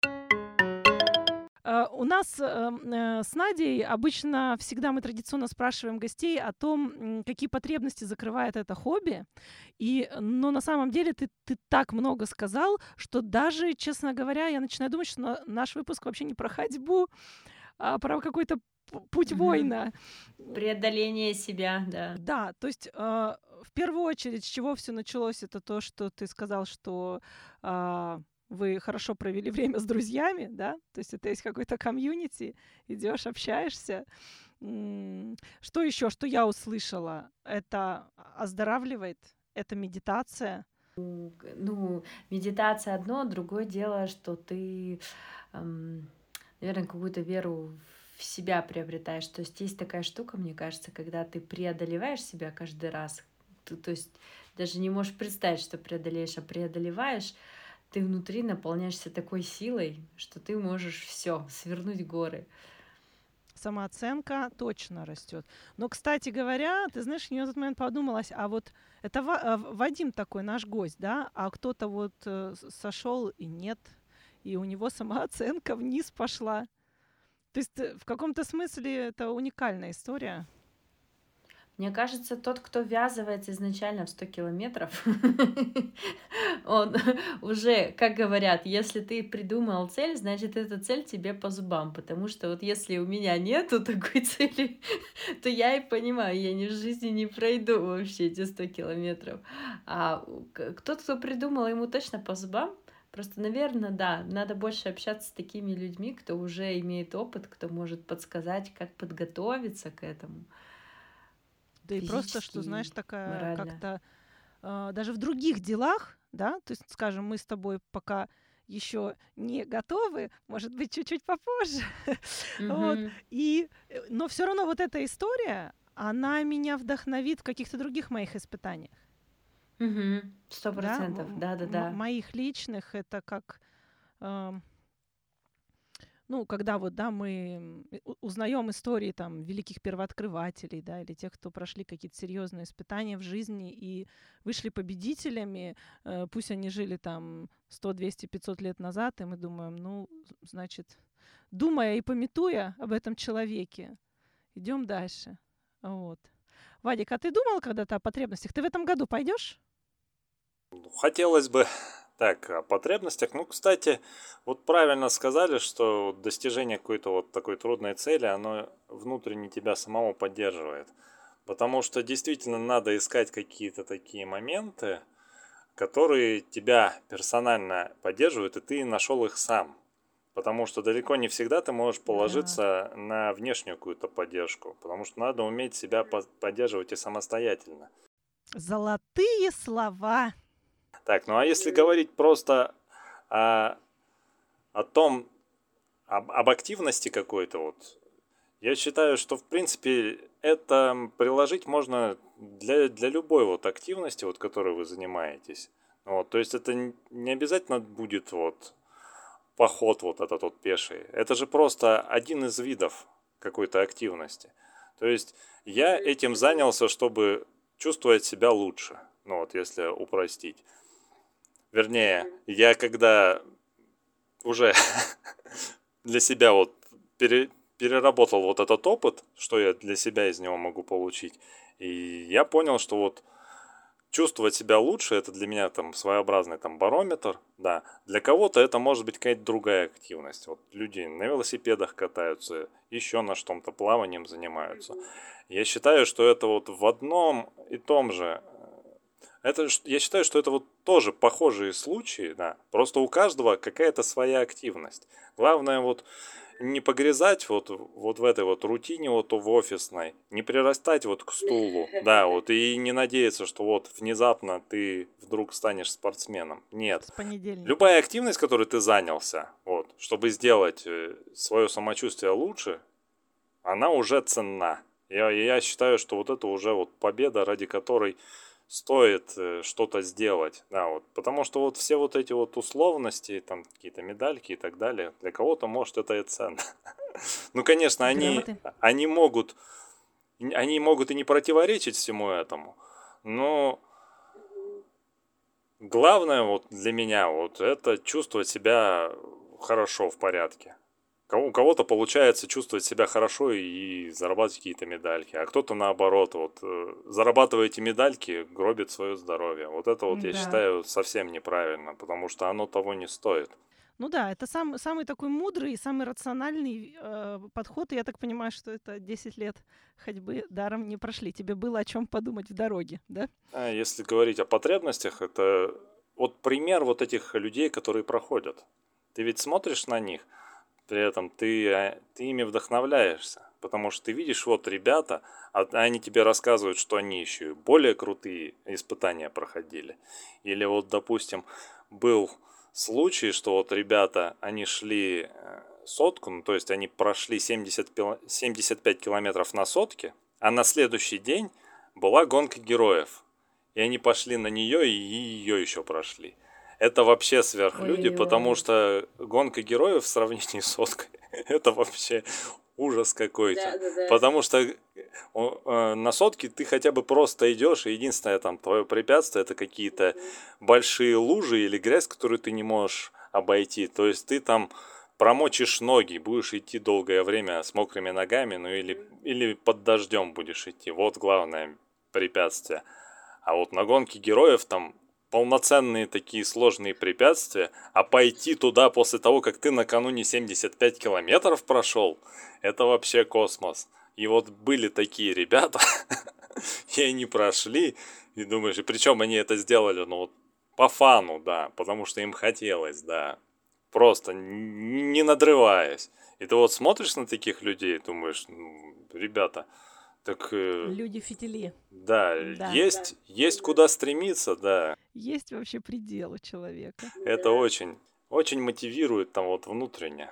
Uh, у нас uh, uh, с Надей обычно всегда мы традиционно спрашиваем гостей о том, какие потребности закрывает это хобби. И, но на самом деле ты, ты так много сказал, что даже, честно говоря, я начинаю думать, что на, наш выпуск вообще не про ходьбу, а про какой-то путь воина. Преодоление себя, да. Да, то есть uh, в первую очередь, с чего все началось, это то, что ты сказал, что... Uh, вы хорошо провели время с друзьями, да, то есть это есть какой-то комьюнити, идешь, общаешься. Что еще, что я услышала? Это оздоравливает, это медитация. Ну, медитация одно, другое дело, что ты, эм, наверное, какую-то веру в себя приобретаешь. То есть есть такая штука, мне кажется, когда ты преодолеваешь себя каждый раз, ты, то есть даже не можешь представить, что преодолеешь, а преодолеваешь, ты внутри наполняешься такой силой, что ты можешь все свернуть горы. Самооценка точно растет. Но, кстати говоря, ты знаешь, я в этот момент подумалась, а вот это Вадим такой наш гость, да, а кто-то вот сошел и нет, и у него самооценка вниз пошла. То есть в каком-то смысле это уникальная история. Мне кажется, тот, кто ввязывается изначально в сто километров, он уже, как говорят, если ты придумал цель, значит, эта цель тебе по зубам. Потому что вот если у меня нету такой цели, то я и понимаю, я ни в жизни не пройду вообще эти сто километров. А кто-то, кто придумал, ему точно по зубам. Просто, наверное, да, надо больше общаться с такими людьми, кто уже имеет опыт, кто может подсказать, как подготовиться к этому. Да и просто, что, знаешь, такая как-то э, даже в других делах, да, то есть, скажем, мы с тобой пока еще не готовы, может быть, чуть-чуть попозже, mm-hmm. вот, и, но все равно вот эта история, она меня вдохновит в каких-то других моих испытаниях. Сто процентов, да-да-да. Моих личных, это как... Э, Ну, когда вот, да, мы узнаем истории там великих первооткрывателей, да, или тех, кто прошли какие-то серьезные испытания в жизни и вышли победителями, э, пусть они жили там сто, двести, пятьсот лет назад, и мы думаем, ну, значит, думая и памятуя об этом человеке, идем дальше. Вот. Вадик, а ты думал когда-то о потребностях? Ты в этом году пойдешь? Хотелось бы. Так, о потребностях. Ну, кстати, вот правильно сказали, что достижение какой-то вот такой трудной цели, оно внутренне тебя самого поддерживает. Потому что действительно надо искать какие-то такие моменты, которые тебя персонально поддерживают, и ты нашел их сам. Потому что далеко не всегда ты можешь положиться да. на внешнюю какую-то поддержку. Потому что надо уметь себя поддерживать и самостоятельно. Золотые слова. Так, ну а если говорить просто о, о том, об, об активности какой-то, вот, я считаю, что в принципе это приложить можно для, для любой вот активности, вот, которой вы занимаетесь. Вот, то есть это не обязательно будет вот поход вот этот вот пеший. Это же просто один из видов какой-то активности. То есть я этим занялся, чтобы чувствовать себя лучше. Ну вот, если упростить. Вернее, я когда уже для себя вот пере, переработал вот этот опыт, что я для себя из него могу получить, и я понял, что вот чувствовать себя лучше, это для меня там своеобразный там барометр, да. Для кого-то это может быть какая-то другая активность. Вот люди на велосипедах катаются, еще на что-то плаванием занимаются. Я считаю, что это вот в одном и том же. Это, я считаю, что это вот тоже похожие случаи, да. Просто у каждого какая-то своя активность. Главное вот не погрязать вот, вот в этой вот рутине вот в офисной, не прирастать вот к стулу, да, вот, и не надеяться, что вот внезапно ты вдруг станешь спортсменом. Нет. С понедельника. Любая активность, которой ты занялся, вот, чтобы сделать свое самочувствие лучше, она уже ценна. Я, я считаю, что вот это уже вот победа, ради которой стоит что-то сделать, да, вот, потому что вот все вот эти вот условности, там какие-то медальки и так далее, для кого-то, может, это и ценно. Ну, конечно, они, они могут, они могут и не противоречить всему этому, но главное вот для меня вот это чувствовать себя хорошо, в порядке. У кого-то получается чувствовать себя хорошо и зарабатывать какие-то медальки, а кто-то наоборот, вот зарабатывая эти медальки, гробит свое здоровье. Вот это вот, да. Я считаю, совсем неправильно, потому что оно того не стоит. Ну да, это сам, самый такой мудрый и самый рациональный э, подход, и я так понимаю, что это десять лет ходьбы даром не прошли. Тебе было о чем подумать в дороге, да? А если говорить о потребностях, это вот пример вот этих людей, которые проходят. Ты ведь смотришь на них, при этом ты, ты ими вдохновляешься, потому что ты видишь, вот ребята, они тебе рассказывают, что они еще более крутые испытания проходили. Или вот, допустим, был случай, что вот ребята, они шли сотку, ну, то есть они прошли семьдесят, семьдесят пять километров на сотке, а на следующий день была гонка героев. И они пошли на нее и ее еще прошли. Это вообще сверхлюди, Ой-ой-ой. Потому что гонка героев в сравнении с соткой, это вообще ужас какой-то. Да, да, да. Потому что э, на сотке ты хотя бы просто идешь, и единственное там твое препятствие это какие-то mm-hmm. большие лужи или грязь, которую ты не можешь обойти. То есть ты там промочишь ноги, будешь идти долгое время с мокрыми ногами, ну или, mm-hmm. или под дождем будешь идти. Вот главное препятствие. А вот на гонке героев там полноценные такие сложные препятствия, а пойти туда после того, как ты накануне семьдесят пять километров прошел, это вообще космос. И вот были такие ребята, и они прошли, и думаешь, и причем они это сделали, ну вот по фану, да, потому что им хотелось, да, просто не надрываясь. И ты вот смотришь на таких людей и думаешь, ну, ребята, так... Люди-фитили. Да, да, есть, да. есть куда стремиться, да. Есть вообще предел у человека. Это да. очень, очень мотивирует там вот внутренне.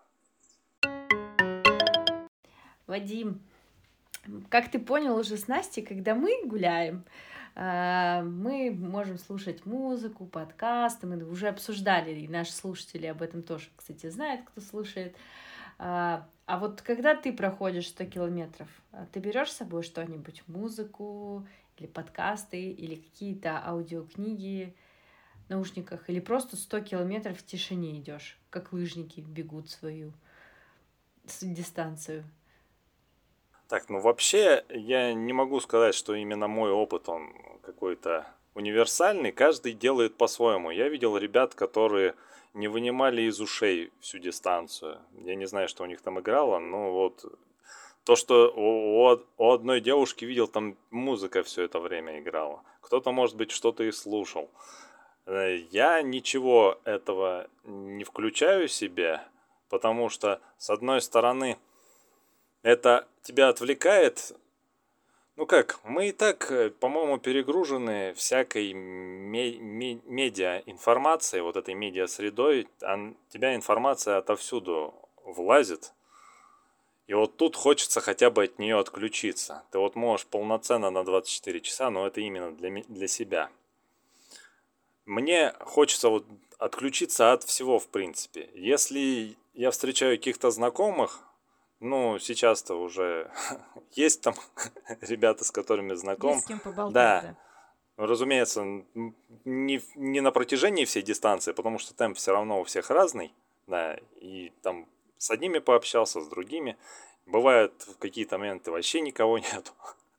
Да. Вадим, как ты понял уже с Настей, когда мы гуляем, мы можем слушать музыку, подкасты, мы уже обсуждали, и наши слушатели об этом тоже, кстати, знают, кто слушает. А вот когда ты проходишь сто километров, ты берешь с собой что-нибудь, музыку или подкасты, или какие-то аудиокниги в наушниках, или просто сто километров в тишине идешь, как лыжники бегут свою дистанцию? Так, ну вообще я не могу сказать, что именно мой опыт, он какой-то универсальный, каждый делает по-своему. Я видел ребят, которые не вынимали из ушей всю дистанцию. Я не знаю, что у них там играло, но вот То, что у, у- у одной девушки видел, там музыка все это время играла. Кто-то, может быть, что-то и слушал. Э, Я ничего этого не включаю себе, потому что, с одной стороны, это тебя отвлекает. Ну как, мы и так, э, по-моему, перегружены всякой ме- ме- медиа информацией, вот этой медиа средой. Ан- тебя информация отовсюду влазит. И вот тут хочется хотя бы от нее отключиться. Ты вот можешь полноценно на двадцать четыре часа, но это именно для, ми- для себя. Мне хочется вот отключиться от всего, в принципе. Если я встречаю каких-то знакомых, ну, сейчас-то уже есть там ребята, с которыми Есть знаком. с кем поболтать, Да, да. разумеется, н- не, в- не на протяжении всей дистанции, потому что темп все равно у всех разный. Да, и там с одними пообщался, с другими. Бывают в какие-то моменты вообще никого нету.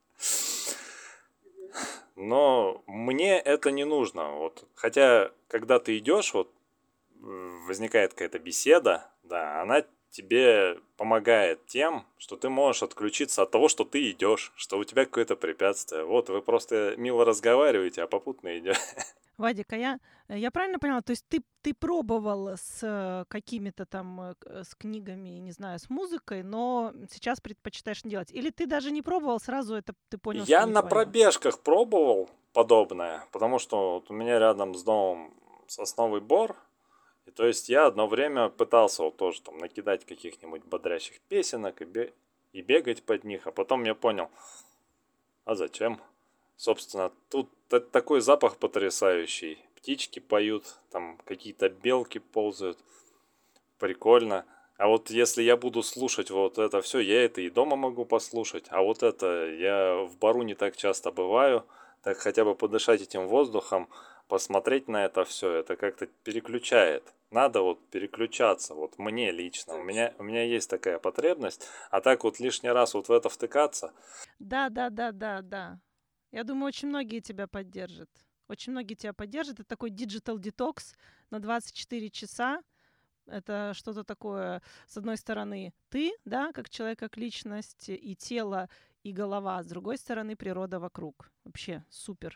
Но мне это не нужно. Вот, хотя, когда ты идешь, вот м, возникает какая-то беседа, да, она тебе помогает тем, что ты можешь отключиться от того, что ты идешь, что у тебя какое-то препятствие. Вот вы просто мило разговариваете, а попутно идете. Вадик, а я, э, я правильно поняла, то есть ты, ты пробовал с э, какими-то там, э, к- э, с книгами, не знаю, с музыкой, но сейчас предпочитаешь не делать? Или ты даже не пробовал, сразу это ты понял, что Я не на твое? пробежках пробовал подобное, потому что вот у меня рядом с домом сосновый бор. И то есть я одно время пытался вот тоже там накидать каких-нибудь бодрящих песенок и, бе- и бегать под них, а потом я понял, а зачем? Собственно, тут та- такой запах потрясающий. Птички поют, там какие-то белки ползают. Прикольно. А вот если я буду слушать вот это все, я это и дома могу послушать. А вот это я в бару не так часто бываю. Так хотя бы подышать этим воздухом, посмотреть на это все, это как-то переключает. Надо вот переключаться, вот мне лично. У меня, у меня есть такая потребность. А так вот лишний раз вот в это втыкаться. Да, да, да, да, да. Я думаю, очень многие тебя поддержат. Очень многие тебя поддержат. Это такой digital detox на двадцать четыре часа. Это что-то такое, с одной стороны, ты, да, как человек, как личность, и тело, и голова, с другой стороны, природа вокруг. Вообще супер.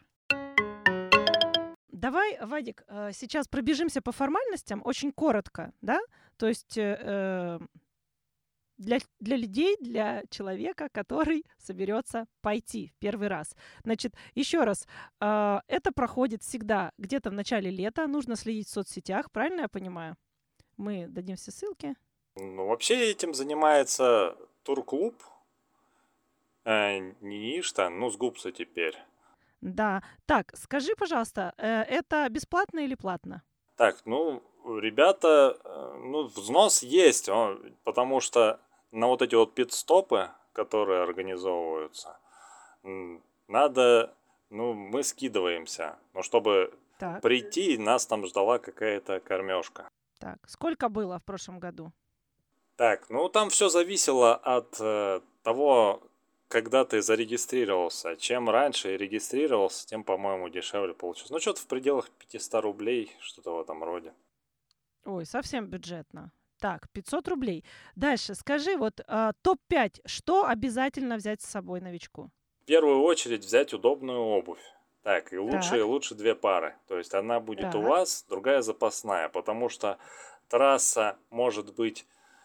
Давай, Вадик, э, сейчас пробежимся по формальностям очень коротко, да? То есть э, э, для, для людей, для человека, который соберется пойти в первый раз. Значит, еще раз, э, это проходит всегда где-то в начале лета, нужно следить в соцсетях, правильно я понимаю? Мы дадим все ссылки. Ну, вообще этим занимается турклуб. Э, не Ишта, ну, с Гупса теперь. Да. Так, скажи, пожалуйста, э, это бесплатно или платно? Так, ну, ребята, э, ну, взнос есть, он- потому что на вот эти вот пит-стопы, которые организовываются, м, надо, ну, мы скидываемся, но чтобы Так, прийти, нас там ждала какая-то кормежка. так. Сколько было в прошлом году? Так, ну, там все зависело от э, того, когда ты зарегистрировался. Чем раньше регистрировался, тем, по-моему, дешевле получилось. Ну, что-то в пределах пятьсот рублей, что-то в этом роде. Ой, совсем бюджетно. Так, пятьсот рублей. Дальше, скажи, вот а, топ пять, что обязательно взять с собой новичку? В первую очередь взять удобную обувь. Так, и лучше, и Так, лучше две пары. То есть одна будет у так, вас, другая запасная, потому что трасса может быть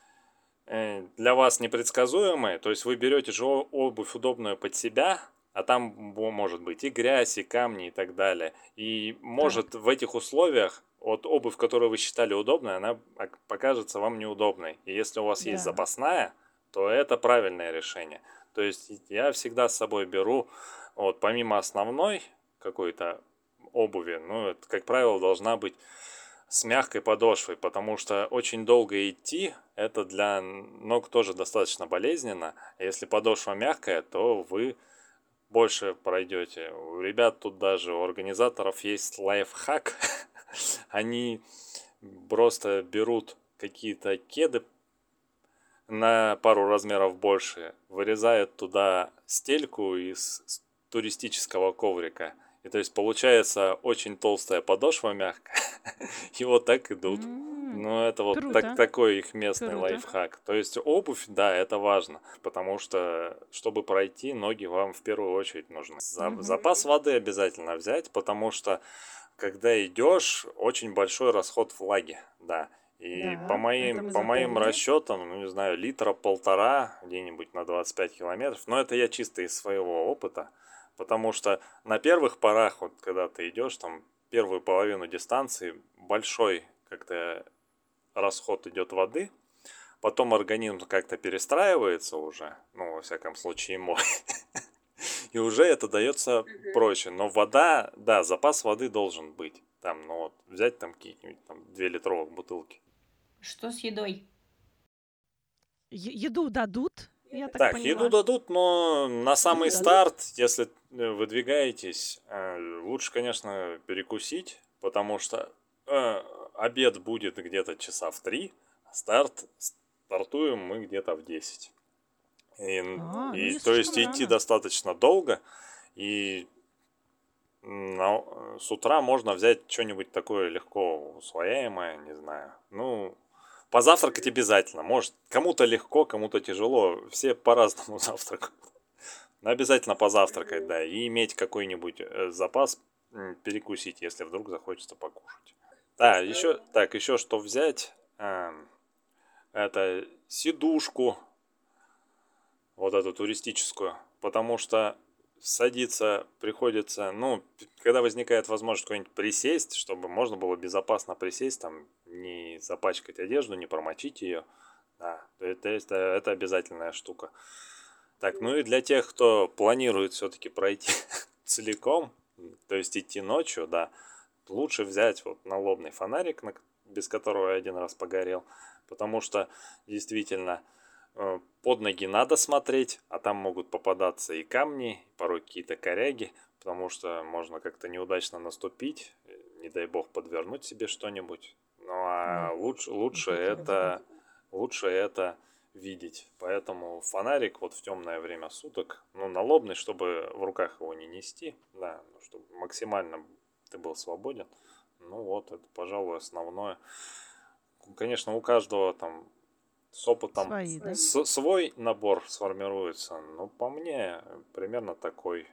э, для вас непредсказуемой. То есть вы берете же о- обувь удобную под себя, а там бо- может быть и грязь, и камни, и так далее. И так. может в этих условиях вот обувь, которую вы считали удобной, она ок- покажется вам неудобной. И если у вас есть Да. запасная, то это правильное решение. То есть я всегда с собой беру, вот помимо основной какой-то обуви, ну, это, как правило, должна быть с мягкой подошвой, потому что очень долго идти, это для ног тоже достаточно болезненно. А если подошва мягкая, то вы больше пройдете. У ребят тут даже, у организаторов есть лайфхак. Они просто берут какие-то кеды на пару размеров больше, вырезают туда стельку из туристического коврика И то есть получается очень толстая подошва мягкая, и вот так идут. М, Ну, это вот так, Круто, такой их местный круто. лайфхак. То есть обувь, да, это важно, потому что, чтобы пройти, ноги вам в первую очередь нужны. За- Мгм. запас воды обязательно взять, потому что, когда идешь, очень большой расход влаги, да. И по Да, это моим, мы по моим запомнили. расчетам, ну, не знаю, литра полтора где-нибудь на двадцать пять километров, но это я чисто из своего опыта, потому что на первых порах, вот когда ты идешь, там, первую половину дистанции, большой как-то расход идет воды, потом организм как-то перестраивается уже, ну, во всяком случае, мой, и уже это дается проще. Но вода, да, запас воды должен быть. Там, ну вот, взять там какие-нибудь там две литровых бутылки. Что с едой? Е- Еду дадут, я так Так, еду поняла. дадут, но на самый дадут? старт, если э, выдвигаетесь, э, лучше, конечно, перекусить, потому что э, обед будет где-то часа в три, а старт стартуем мы где-то в десять. И, А, ну и не то есть слишком идти рано. достаточно долго, и на- с утра можно взять что-нибудь такое легко усвояемое, не знаю. Ну, позавтракать обязательно. Может, кому-то легко, кому-то тяжело. Все по-разному завтракают. Но обязательно позавтракать, да. И иметь какой-нибудь э, запас м, перекусить, если вдруг захочется покушать. Да, еще, так, еще что взять? Эм, Это сидушку, вот эту туристическую, потому что садиться приходится, ну, когда возникает возможность куда-нибудь присесть, чтобы можно было безопасно присесть, там, не запачкать одежду, не промочить ее, да, это, это, это обязательная штука. Так, ну и для тех, кто планирует все-таки пройти целиком, то есть идти ночью, да, лучше взять вот налобный фонарик, без которого я один раз погорел, потому что действительно под ноги надо смотреть, а там могут попадаться и камни, порой какие-то коряги, потому что можно как-то неудачно наступить, не дай бог подвернуть себе что-нибудь. Ну а Ой, лучше, лучше не хотелось бы. это, лучше это видеть. Поэтому фонарик вот в темное время суток, ну налобный, чтобы в руках его не нести, да, чтобы максимально ты был свободен. Ну вот, это, пожалуй, основное. Конечно, у каждого там с опытом Свои, да? с- свой набор сформируется. Ну, по мне, примерно такой.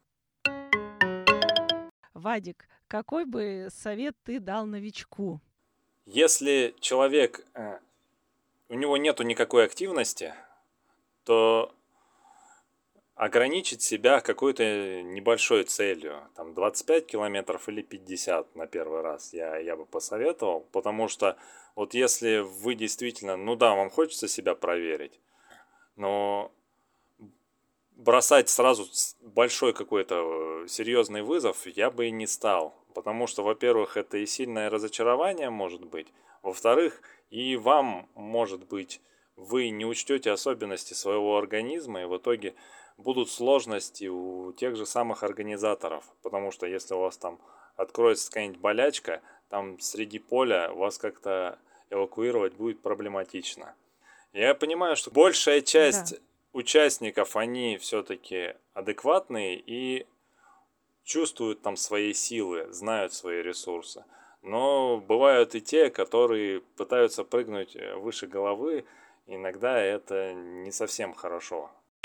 Вадик, какой бы совет ты дал новичку? Если человек, э, у него нету никакой активности, то ограничить себя какой-то небольшой целью, там двадцать пять километров или пятьдесят на первый раз, я, я бы посоветовал, потому что вот если вы действительно, ну да, вам хочется себя проверить, но бросать сразу большой какой-то серьезный вызов я бы и не стал. Потому что, во-первых, это и сильное разочарование может быть. Во-вторых, и вам, может быть, вы не учтете особенности своего организма, и в итоге будут сложности у тех же самых организаторов. Потому что если у вас там откроется какая-нибудь болячка, там среди поля вас как-то эвакуировать будет проблематично. Я понимаю, что большая часть Да. участников, они все-таки адекватные и чувствуют там свои силы, знают свои ресурсы. Но бывают и те, которые пытаются прыгнуть выше головы. Иногда это не совсем хорошо.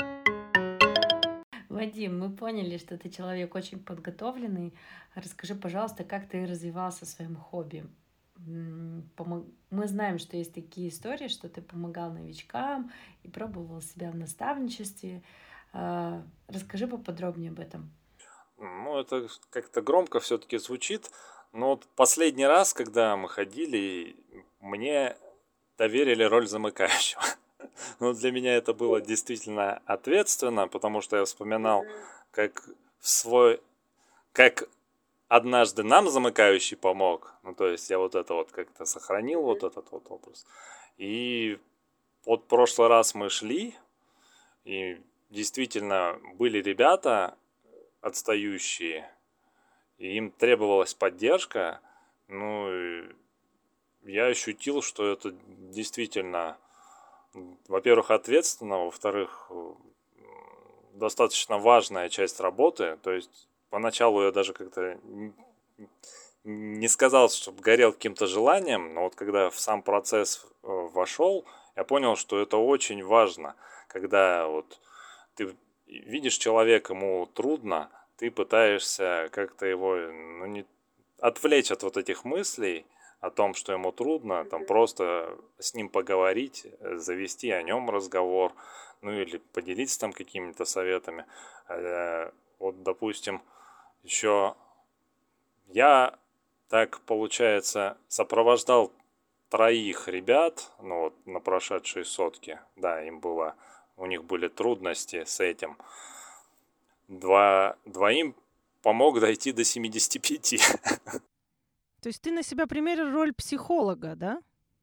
Вадим, мы поняли, что ты человек очень подготовленный. Расскажи, пожалуйста, как ты развивался в своем хобби? М, помо- Мы знаем, что есть такие истории, что ты помогал новичкам и пробовал себя в наставничестве. А, Расскажи поподробнее об этом. Ну, это как-то громко все-таки звучит. Но вот последний раз, когда мы ходили, мне доверили роль замыкающего. Ну, для меня это было действительно ответственно, потому что я вспоминал, как в свой, как однажды нам замыкающий помог. Ну, то есть я вот это вот как-то сохранил, вот этот вот образ. И вот в прошлый раз мы шли, и действительно были ребята отстающие, и им требовалась поддержка. Ну, и я ощутил, что это действительно, во-первых, ответственно, во-вторых, достаточно важная часть работы. То есть поначалу я даже как-то не сказал, чтобы горел каким-то желанием, но вот когда в сам процесс вошел, я понял, что это очень важно, когда вот ты видишь человека, ему трудно, ты пытаешься как-то его, ну, не отвлечь от вот этих мыслей о том, что ему трудно, там просто с ним поговорить, завести о нем разговор, ну или поделиться там какими-то советами. Вот, допустим, еще я так, получается, сопровождал троих ребят, ну вот на прошедшей сотке, да, им было, у них были трудности с этим. Два, двоим помог дойти до семидесяти пяти. То есть ты на себя примерил роль психолога, да?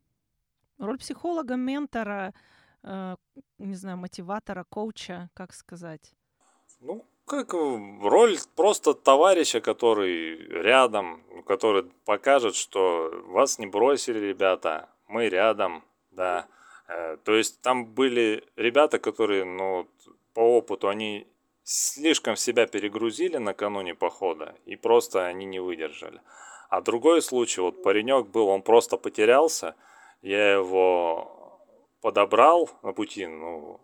Роль психолога, ментора, э, не знаю, мотиватора, коуча, как сказать? Ну, как роль просто товарища, который рядом, который покажет, что вас не бросили ребята, мы рядом, да. То есть там были ребята, которые, ну, по опыту, они слишком себя перегрузили накануне похода, и просто они не выдержали. А другой случай, вот паренек был, он просто потерялся, я его подобрал на пути, ну,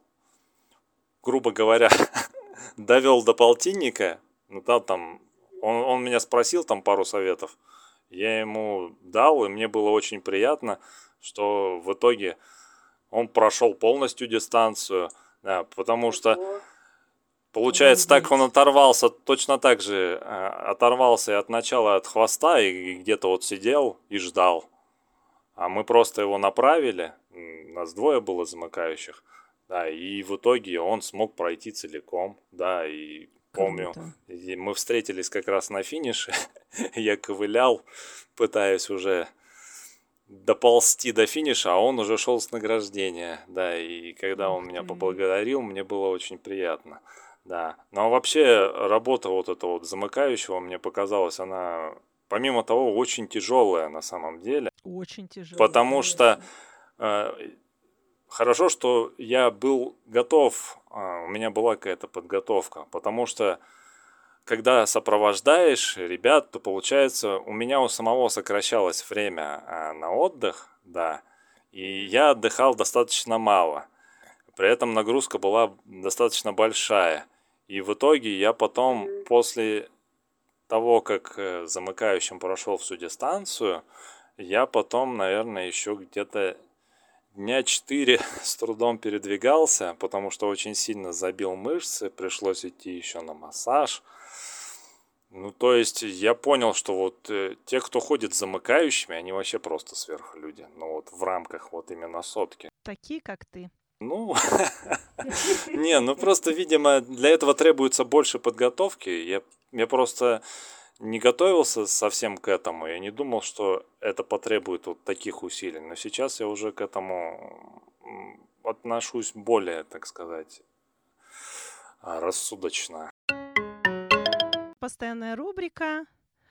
грубо говоря, довел до полтинника, ну да, там, он, он меня спросил там пару советов, я ему дал, и мне было очень приятно, что в итоге он прошел полностью дистанцию, да, потому что, получается, так он оторвался, точно так же оторвался и от начала, от хвоста, и где-то вот сидел и ждал. А мы просто его направили, нас двое было замыкающих, да, и в итоге он смог пройти целиком, да, и помню, и мы встретились как раз на финише, я ковылял, пытаясь уже доползти до финиша, а он уже шел с награждения, да, и когда он меня поблагодарил, мне было очень приятно, да. Ну а вообще работа вот этого вот замыкающего мне показалась, она, помимо того, очень тяжелая на самом деле. Очень тяжелая. Потому что э, хорошо, что я был готов, э, у меня была какая-то подготовка, потому что когда сопровождаешь ребят, то получается, у меня у самого сокращалось время а, на отдых, да, и я отдыхал достаточно мало. При этом нагрузка была достаточно большая. И в итоге я потом, после того, как замыкающим прошел всю дистанцию, я потом, наверное, еще где-то дня четыре с трудом передвигался, потому что очень сильно забил мышцы, пришлось идти еще на массаж. Ну, то есть я понял, что вот э, те, кто ходит замыкающими, они вообще просто сверхлюди. Ну, вот в рамках вот именно сотки. Такие, как ты. Ну, не, ну просто, видимо, для этого требуется больше подготовки. Я, я просто не готовился совсем к этому. Я не думал, что это потребует вот таких усилий. Но сейчас я уже к этому отношусь более, так сказать, рассудочно. Постоянная рубрика,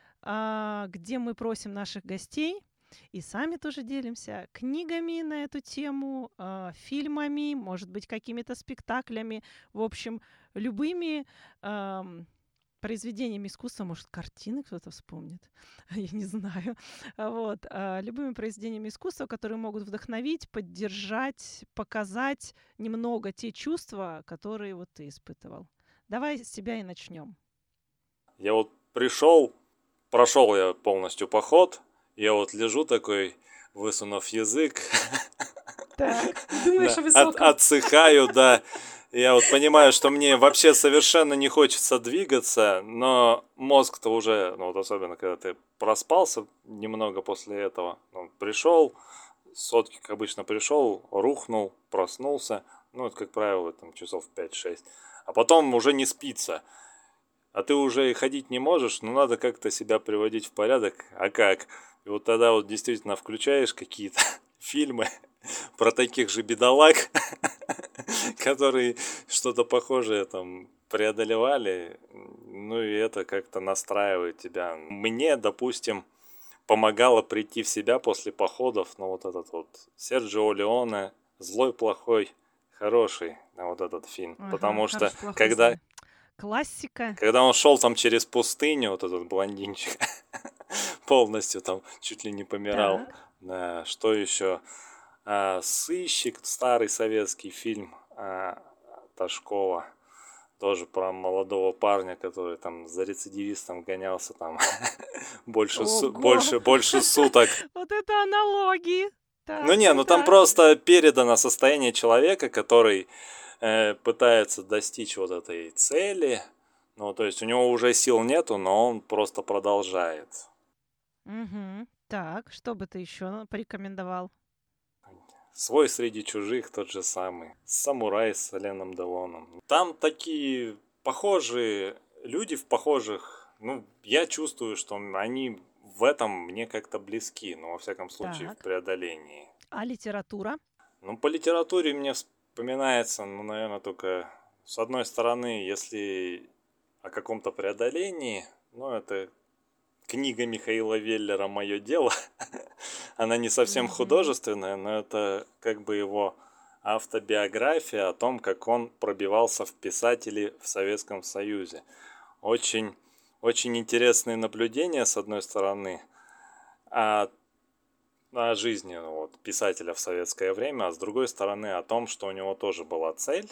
где мы просим наших гостей и сами тоже делимся книгами на эту тему, фильмами, может быть, какими-то спектаклями, в общем, любыми произведениями искусства, может, картины кто-то вспомнит, я не знаю, вот, любыми произведениями искусства, которые могут вдохновить, поддержать, показать немного те чувства, которые вот ты испытывал. Давай с тебя и начнем. Я вот пришел, прошел я полностью поход, я вот лежу такой, высунув язык, так, думаешь да, о высоком. От, отсыхаю, да. Я вот понимаю, что мне вообще совершенно не хочется двигаться, но мозг-то уже, ну вот особенно когда ты проспался немного после этого, ну, пришел, сотки, как обычно, пришел, рухнул, проснулся, ну это, как правило, там часов пять-шесть, а потом уже не спится. А ты уже и ходить не можешь, но надо как-то себя приводить в порядок. А как? И вот тогда вот действительно включаешь какие-то фильмы про таких же бедолаг, которые что-то похожее там преодолевали. Ну и это как-то настраивает тебя. Мне, допустим, помогало прийти в себя после походов, ну вот этот вот Серджио Леоне «Злой, плохой, хороший», вот этот фильм. Ага, потому что хороший, плохой, когда... злой. Классика. Когда он шел там через пустыню, вот этот блондинчик полностью там чуть ли не помирал. Так. Да, что еще? А, «Сыщик», старый советский фильм а, Ташкова. Тоже про молодого парня, который там за рецидивистом гонялся там больше, су- Ого! больше, больше суток. Вот это аналогии. Ну Так, не, ну ну там да. просто передано состояние человека, который э, пытается достичь вот этой цели. Ну, то есть у него уже сил нету, но он просто продолжает. Мгм. Так, что бы ты еще порекомендовал? Свой среди чужих тот же самый. Самурай с Аленом Делоном. Там такие похожие люди в похожих... Ну, я чувствую, что они в этом мне как-то близки. Ну, во всяком случае, в Так. преодолении. А литература? Ну, по литературе мне вспоминается, ну, наверное, только с одной стороны, если о каком-то преодолении, ну, это книга Михаила Веллера «Мое дело». Она не совсем Мгм. художественная, но это как бы его автобиография о том, как он пробивался в писатели в Советском Союзе. Очень, очень интересные наблюдения, с одной стороны, о, о жизни вот, писателя в советское время, а с другой стороны о том, что у него тоже была цель,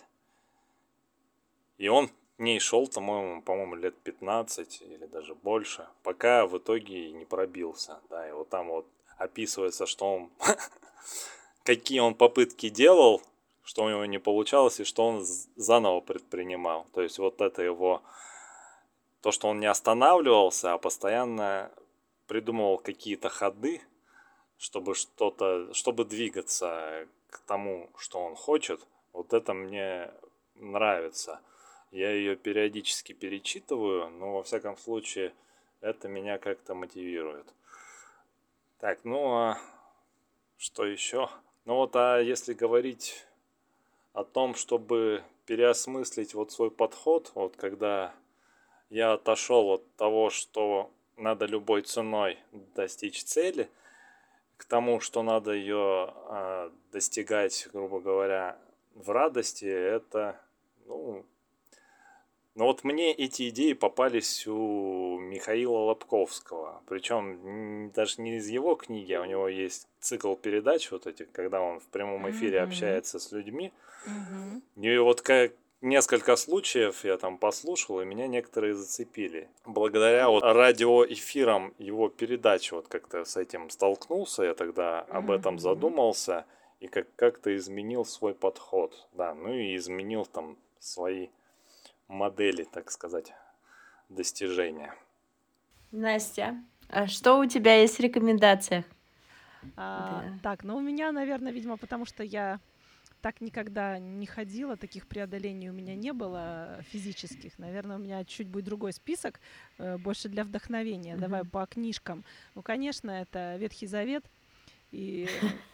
и он к ней шел, по-моему, по-моему, лет пятнадцать или даже больше, пока в итоге не пробился. Да, и вот там вот описывается, что он какие он попытки делал, что у него не получалось, и что он заново предпринимал. То есть вот это его... То, что он не останавливался, а постоянно придумывал какие-то ходы, чтобы что-то... Чтобы двигаться к тому, что он хочет. Вот это мне нравится. Я ее периодически перечитываю, но во всяком случае это меня как-то мотивирует. Так, ну а что еще? Ну вот, а если говорить о том, чтобы переосмыслить вот свой подход, вот когда я отошел от того, что надо любой ценой достичь цели, к тому, что надо ее э, достигать, грубо говоря, в радости, это, ну, но вот мне эти идеи попались у Михаила Лобковского. Причем даже не из его книги, а у него есть цикл передач вот этих, когда он в прямом эфире Мгм. общается с людьми. Мгм. И вот как несколько случаев я там послушал, и меня некоторые зацепили. Благодаря вот радиоэфирам его передач вот как-то с этим столкнулся, я тогда об этом Мгм. задумался и как- как-то изменил свой подход. Да, ну и изменил там свои модели, так сказать, достижения. Настя, а что у тебя есть в рекомендациях? А, Да. так, ну у меня, наверное, видимо, потому что я так никогда не ходила, таких преодолений у меня не было физических. Наверное, у меня чуть будет другой список, э, больше для вдохновения. Давай Мгм. по книжкам. Ну, конечно, это Ветхий Завет. И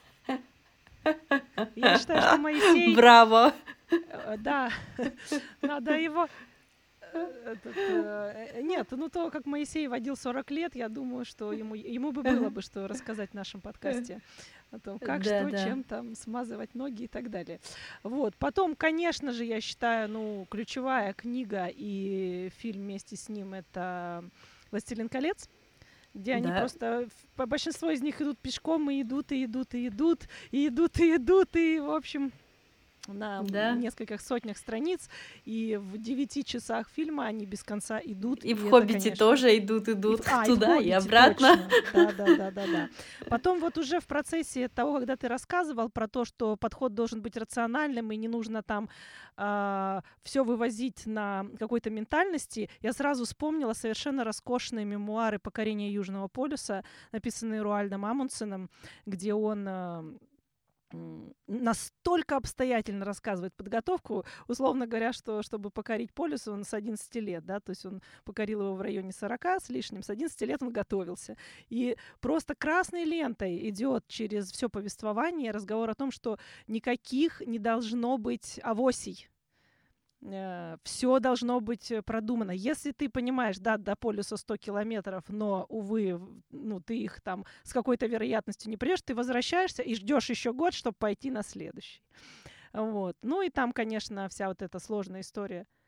я считаю, что Моисей, Браво! э, да, надо его... э, этот, э, э, нет, ну то, как Моисей водил сорок лет, я думаю, что ему, ему бы было бы что рассказать в нашем подкасте о том, как, Да, что, да. чем там смазывать ноги и так далее. Вот. Потом, конечно же, я считаю, ну, ключевая книга и фильм вместе с ним — это «Властелин колец», где они Да. просто, в- по- большинство из них идут пешком, и идут, и идут, и идут, и идут, и идут, и, в общем, на Да. нескольких сотнях страниц, и в девяти часах фильма они без конца идут. И в это, «Хоббите» конечно, тоже идут, и идут в, а, и в туда и «Хоббите», обратно. точно. Да, да, да, да, да. Потом вот уже в процессе того, когда ты рассказывал про то, что подход должен быть рациональным и не нужно там все вывозить на какой-то ментальности, я сразу вспомнила совершенно роскошные мемуары «Покорение Южного полюса», написанные Руальдом Амундсеном, где он а, м, настолько обстоятельно рассказывает подготовку, условно говоря, что чтобы покорить полюс, он с одиннадцати лет, да, то есть он покорил его в районе сорока с лишним, с одиннадцати лет он готовился. И просто красной лентой идет через все повествование разговор о том, что никаких не должно быть авосей. Все должно быть э, продумано. Если ты понимаешь, да, до полюса сто километров, но, увы, в- ну, ты их там с какой-то вероятностью не придешь, ты возвращаешься и ждешь еще год, чтобы пойти на следующий. Вот. Ну и там, конечно, вся вот эта сложная история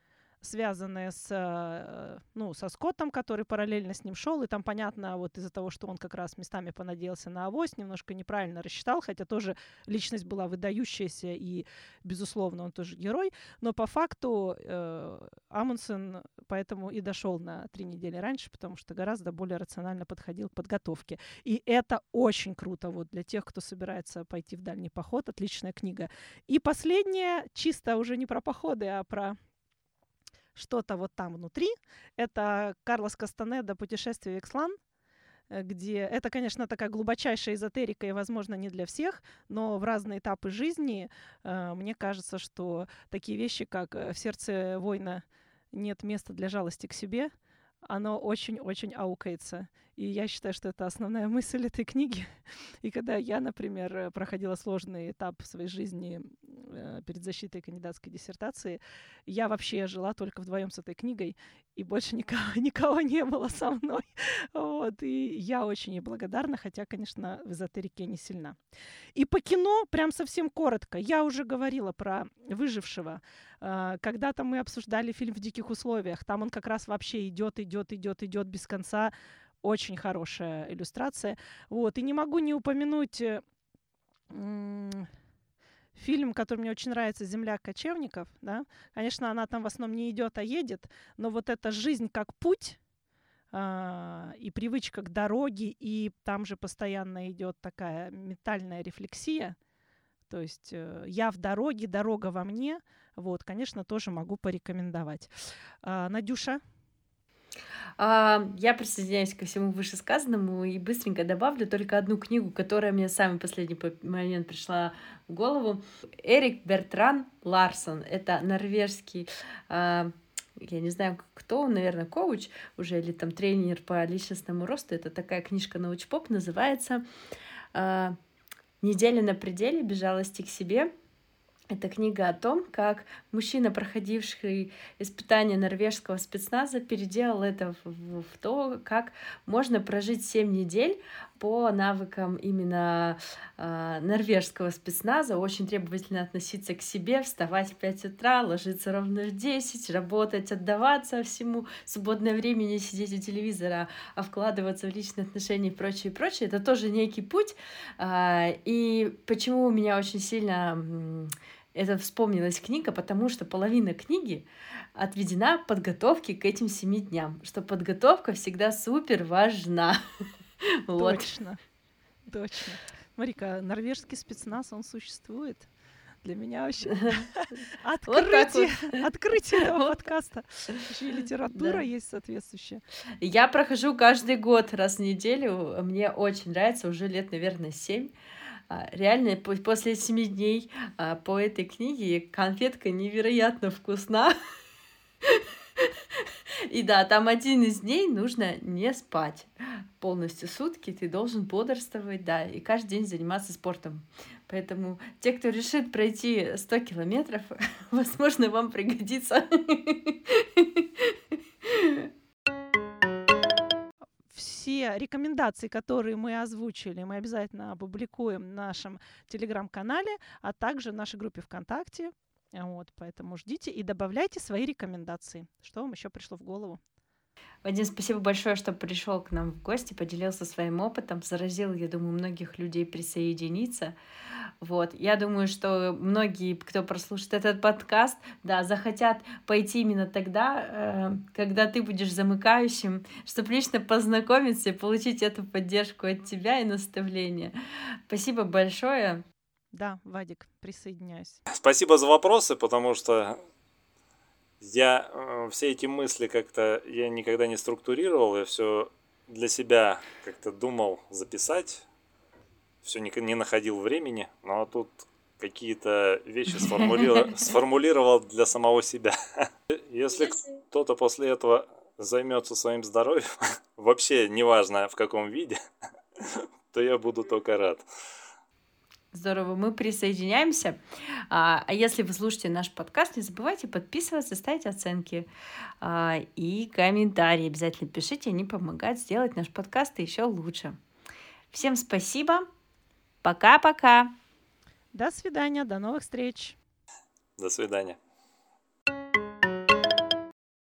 связанные с, э, ну, со Скоттом, который параллельно с ним шел, и там, понятно, вот из-за того, что он как раз местами понадеялся на авось, немножко неправильно рассчитал, хотя тоже личность была выдающаяся, и, безусловно, он тоже герой, но по факту э, Амундсен поэтому и дошел на три недели раньше, потому что гораздо более рационально подходил к подготовке. И это очень круто вот для тех, кто собирается пойти в дальний поход. Отличная книга. И последнее, чисто уже не про походы, а про что-то вот там внутри. Это Карлос Кастанеда «Путешествие в Икслан», где это, конечно, такая глубочайшая эзотерика и, возможно, не для всех, но в разные этапы жизни э, мне кажется, что такие вещи, как «В сердце воина нет места для жалости к себе», оно очень-очень аукается. И я считаю, что это основная мысль этой книги. И когда я, например, проходила сложный этап в своей жизни э, перед защитой кандидатской диссертации, я вообще жила только вдвоем с этой книгой, и больше никого, никого не было со мной. Вот. И я очень ей благодарна, хотя, конечно, в эзотерике я не сильна. И по кино, прям совсем коротко, я уже говорила про «Выжившего». Э, когда-то мы обсуждали фильм «В диких условиях». Там он как раз вообще идет, идет, идет, идет без конца. Очень хорошая иллюстрация. Вот. И не могу не упомянуть м- фильм, который мне очень нравится, «Земля кочевников». Да? Конечно, она там в основном не идет, а едет, но вот эта жизнь как путь а, и привычка к дороге, и там же постоянно идет такая ментальная рефлексия. То есть э, я в дороге, дорога во мне. Вот, конечно, тоже могу порекомендовать. А, Надюша? А, Я присоединяюсь ко всему вышесказанному и быстренько добавлю только одну книгу, которая мне в самый последний по- момент пришла в голову. Эрик Бертран Ларсон. Это норвежский, а, я не знаю, кто он, наверное, коуч уже или там тренер по личностному росту. Это такая книжка научпоп, называется а, «Неделя на пределе. Без жалости к себе». Это книга о том, как мужчина, проходивший испытание норвежского спецназа, переделал это в, в то, как можно прожить семь недель по навыкам именно э, норвежского спецназа, очень требовательно относиться к себе, вставать в пять утра, ложиться ровно в десять, работать, отдаваться всему, в свободное время не сидеть у телевизора, а вкладываться в личные отношения и прочее, и прочее. Это тоже некий путь. Э, и почему у меня очень сильно... Это вспомнилась книга, потому что половина книги отведена подготовке к этим семи дням, что подготовка всегда супер важна. Вот. Точно, точно. Смотри-ка, норвежский спецназ, он существует. Для меня вообще Вот так открытие, вот. открытие этого Вот. подкаста. Еще и литература Да. есть соответствующая. Я прохожу каждый год раз в неделю. Мне очень нравится, уже лет, наверное, семь. А, Реально, по- после семи дней а, по этой книге конфетка невероятно вкусна. И да, там один из дней нужно не спать. Полностью сутки ты должен бодрствовать, да, и каждый день заниматься спортом. Поэтому те, кто решит пройти сто километров, возможно, вам пригодится. Все рекомендации, которые мы озвучили, мы обязательно опубликуем в нашем телеграм-канале, а также в нашей группе ВКонтакте. Вот, поэтому ждите и добавляйте свои рекомендации. Что вам еще пришло в голову? Вадим, спасибо большое, что пришел к нам в гости, поделился своим опытом, заразил, я думаю, многих людей присоединиться. Вот. Я думаю, что многие, кто прослушает этот подкаст, да, захотят пойти именно тогда, э, когда ты будешь замыкающим, чтобы лично познакомиться и получить эту поддержку от тебя и наставления. Спасибо большое. Да, Вадик, присоединяюсь. Спасибо за вопросы, потому что я э, все эти мысли как-то я никогда не структурировал, я все для себя как-то думал записать, все не, не находил времени, но тут какие-то вещи сформулировал, сформулировал для самого себя. Если кто-то после этого займется своим здоровьем, вообще неважно в каком виде, то я буду только рад. Здорово, мы присоединяемся. А, а если вы слушаете наш подкаст, не забывайте подписываться, ставить оценки а, и комментарии. Обязательно пишите, они помогают сделать наш подкаст еще лучше. Всем спасибо. Пока-пока. До свидания, до новых встреч. До свидания.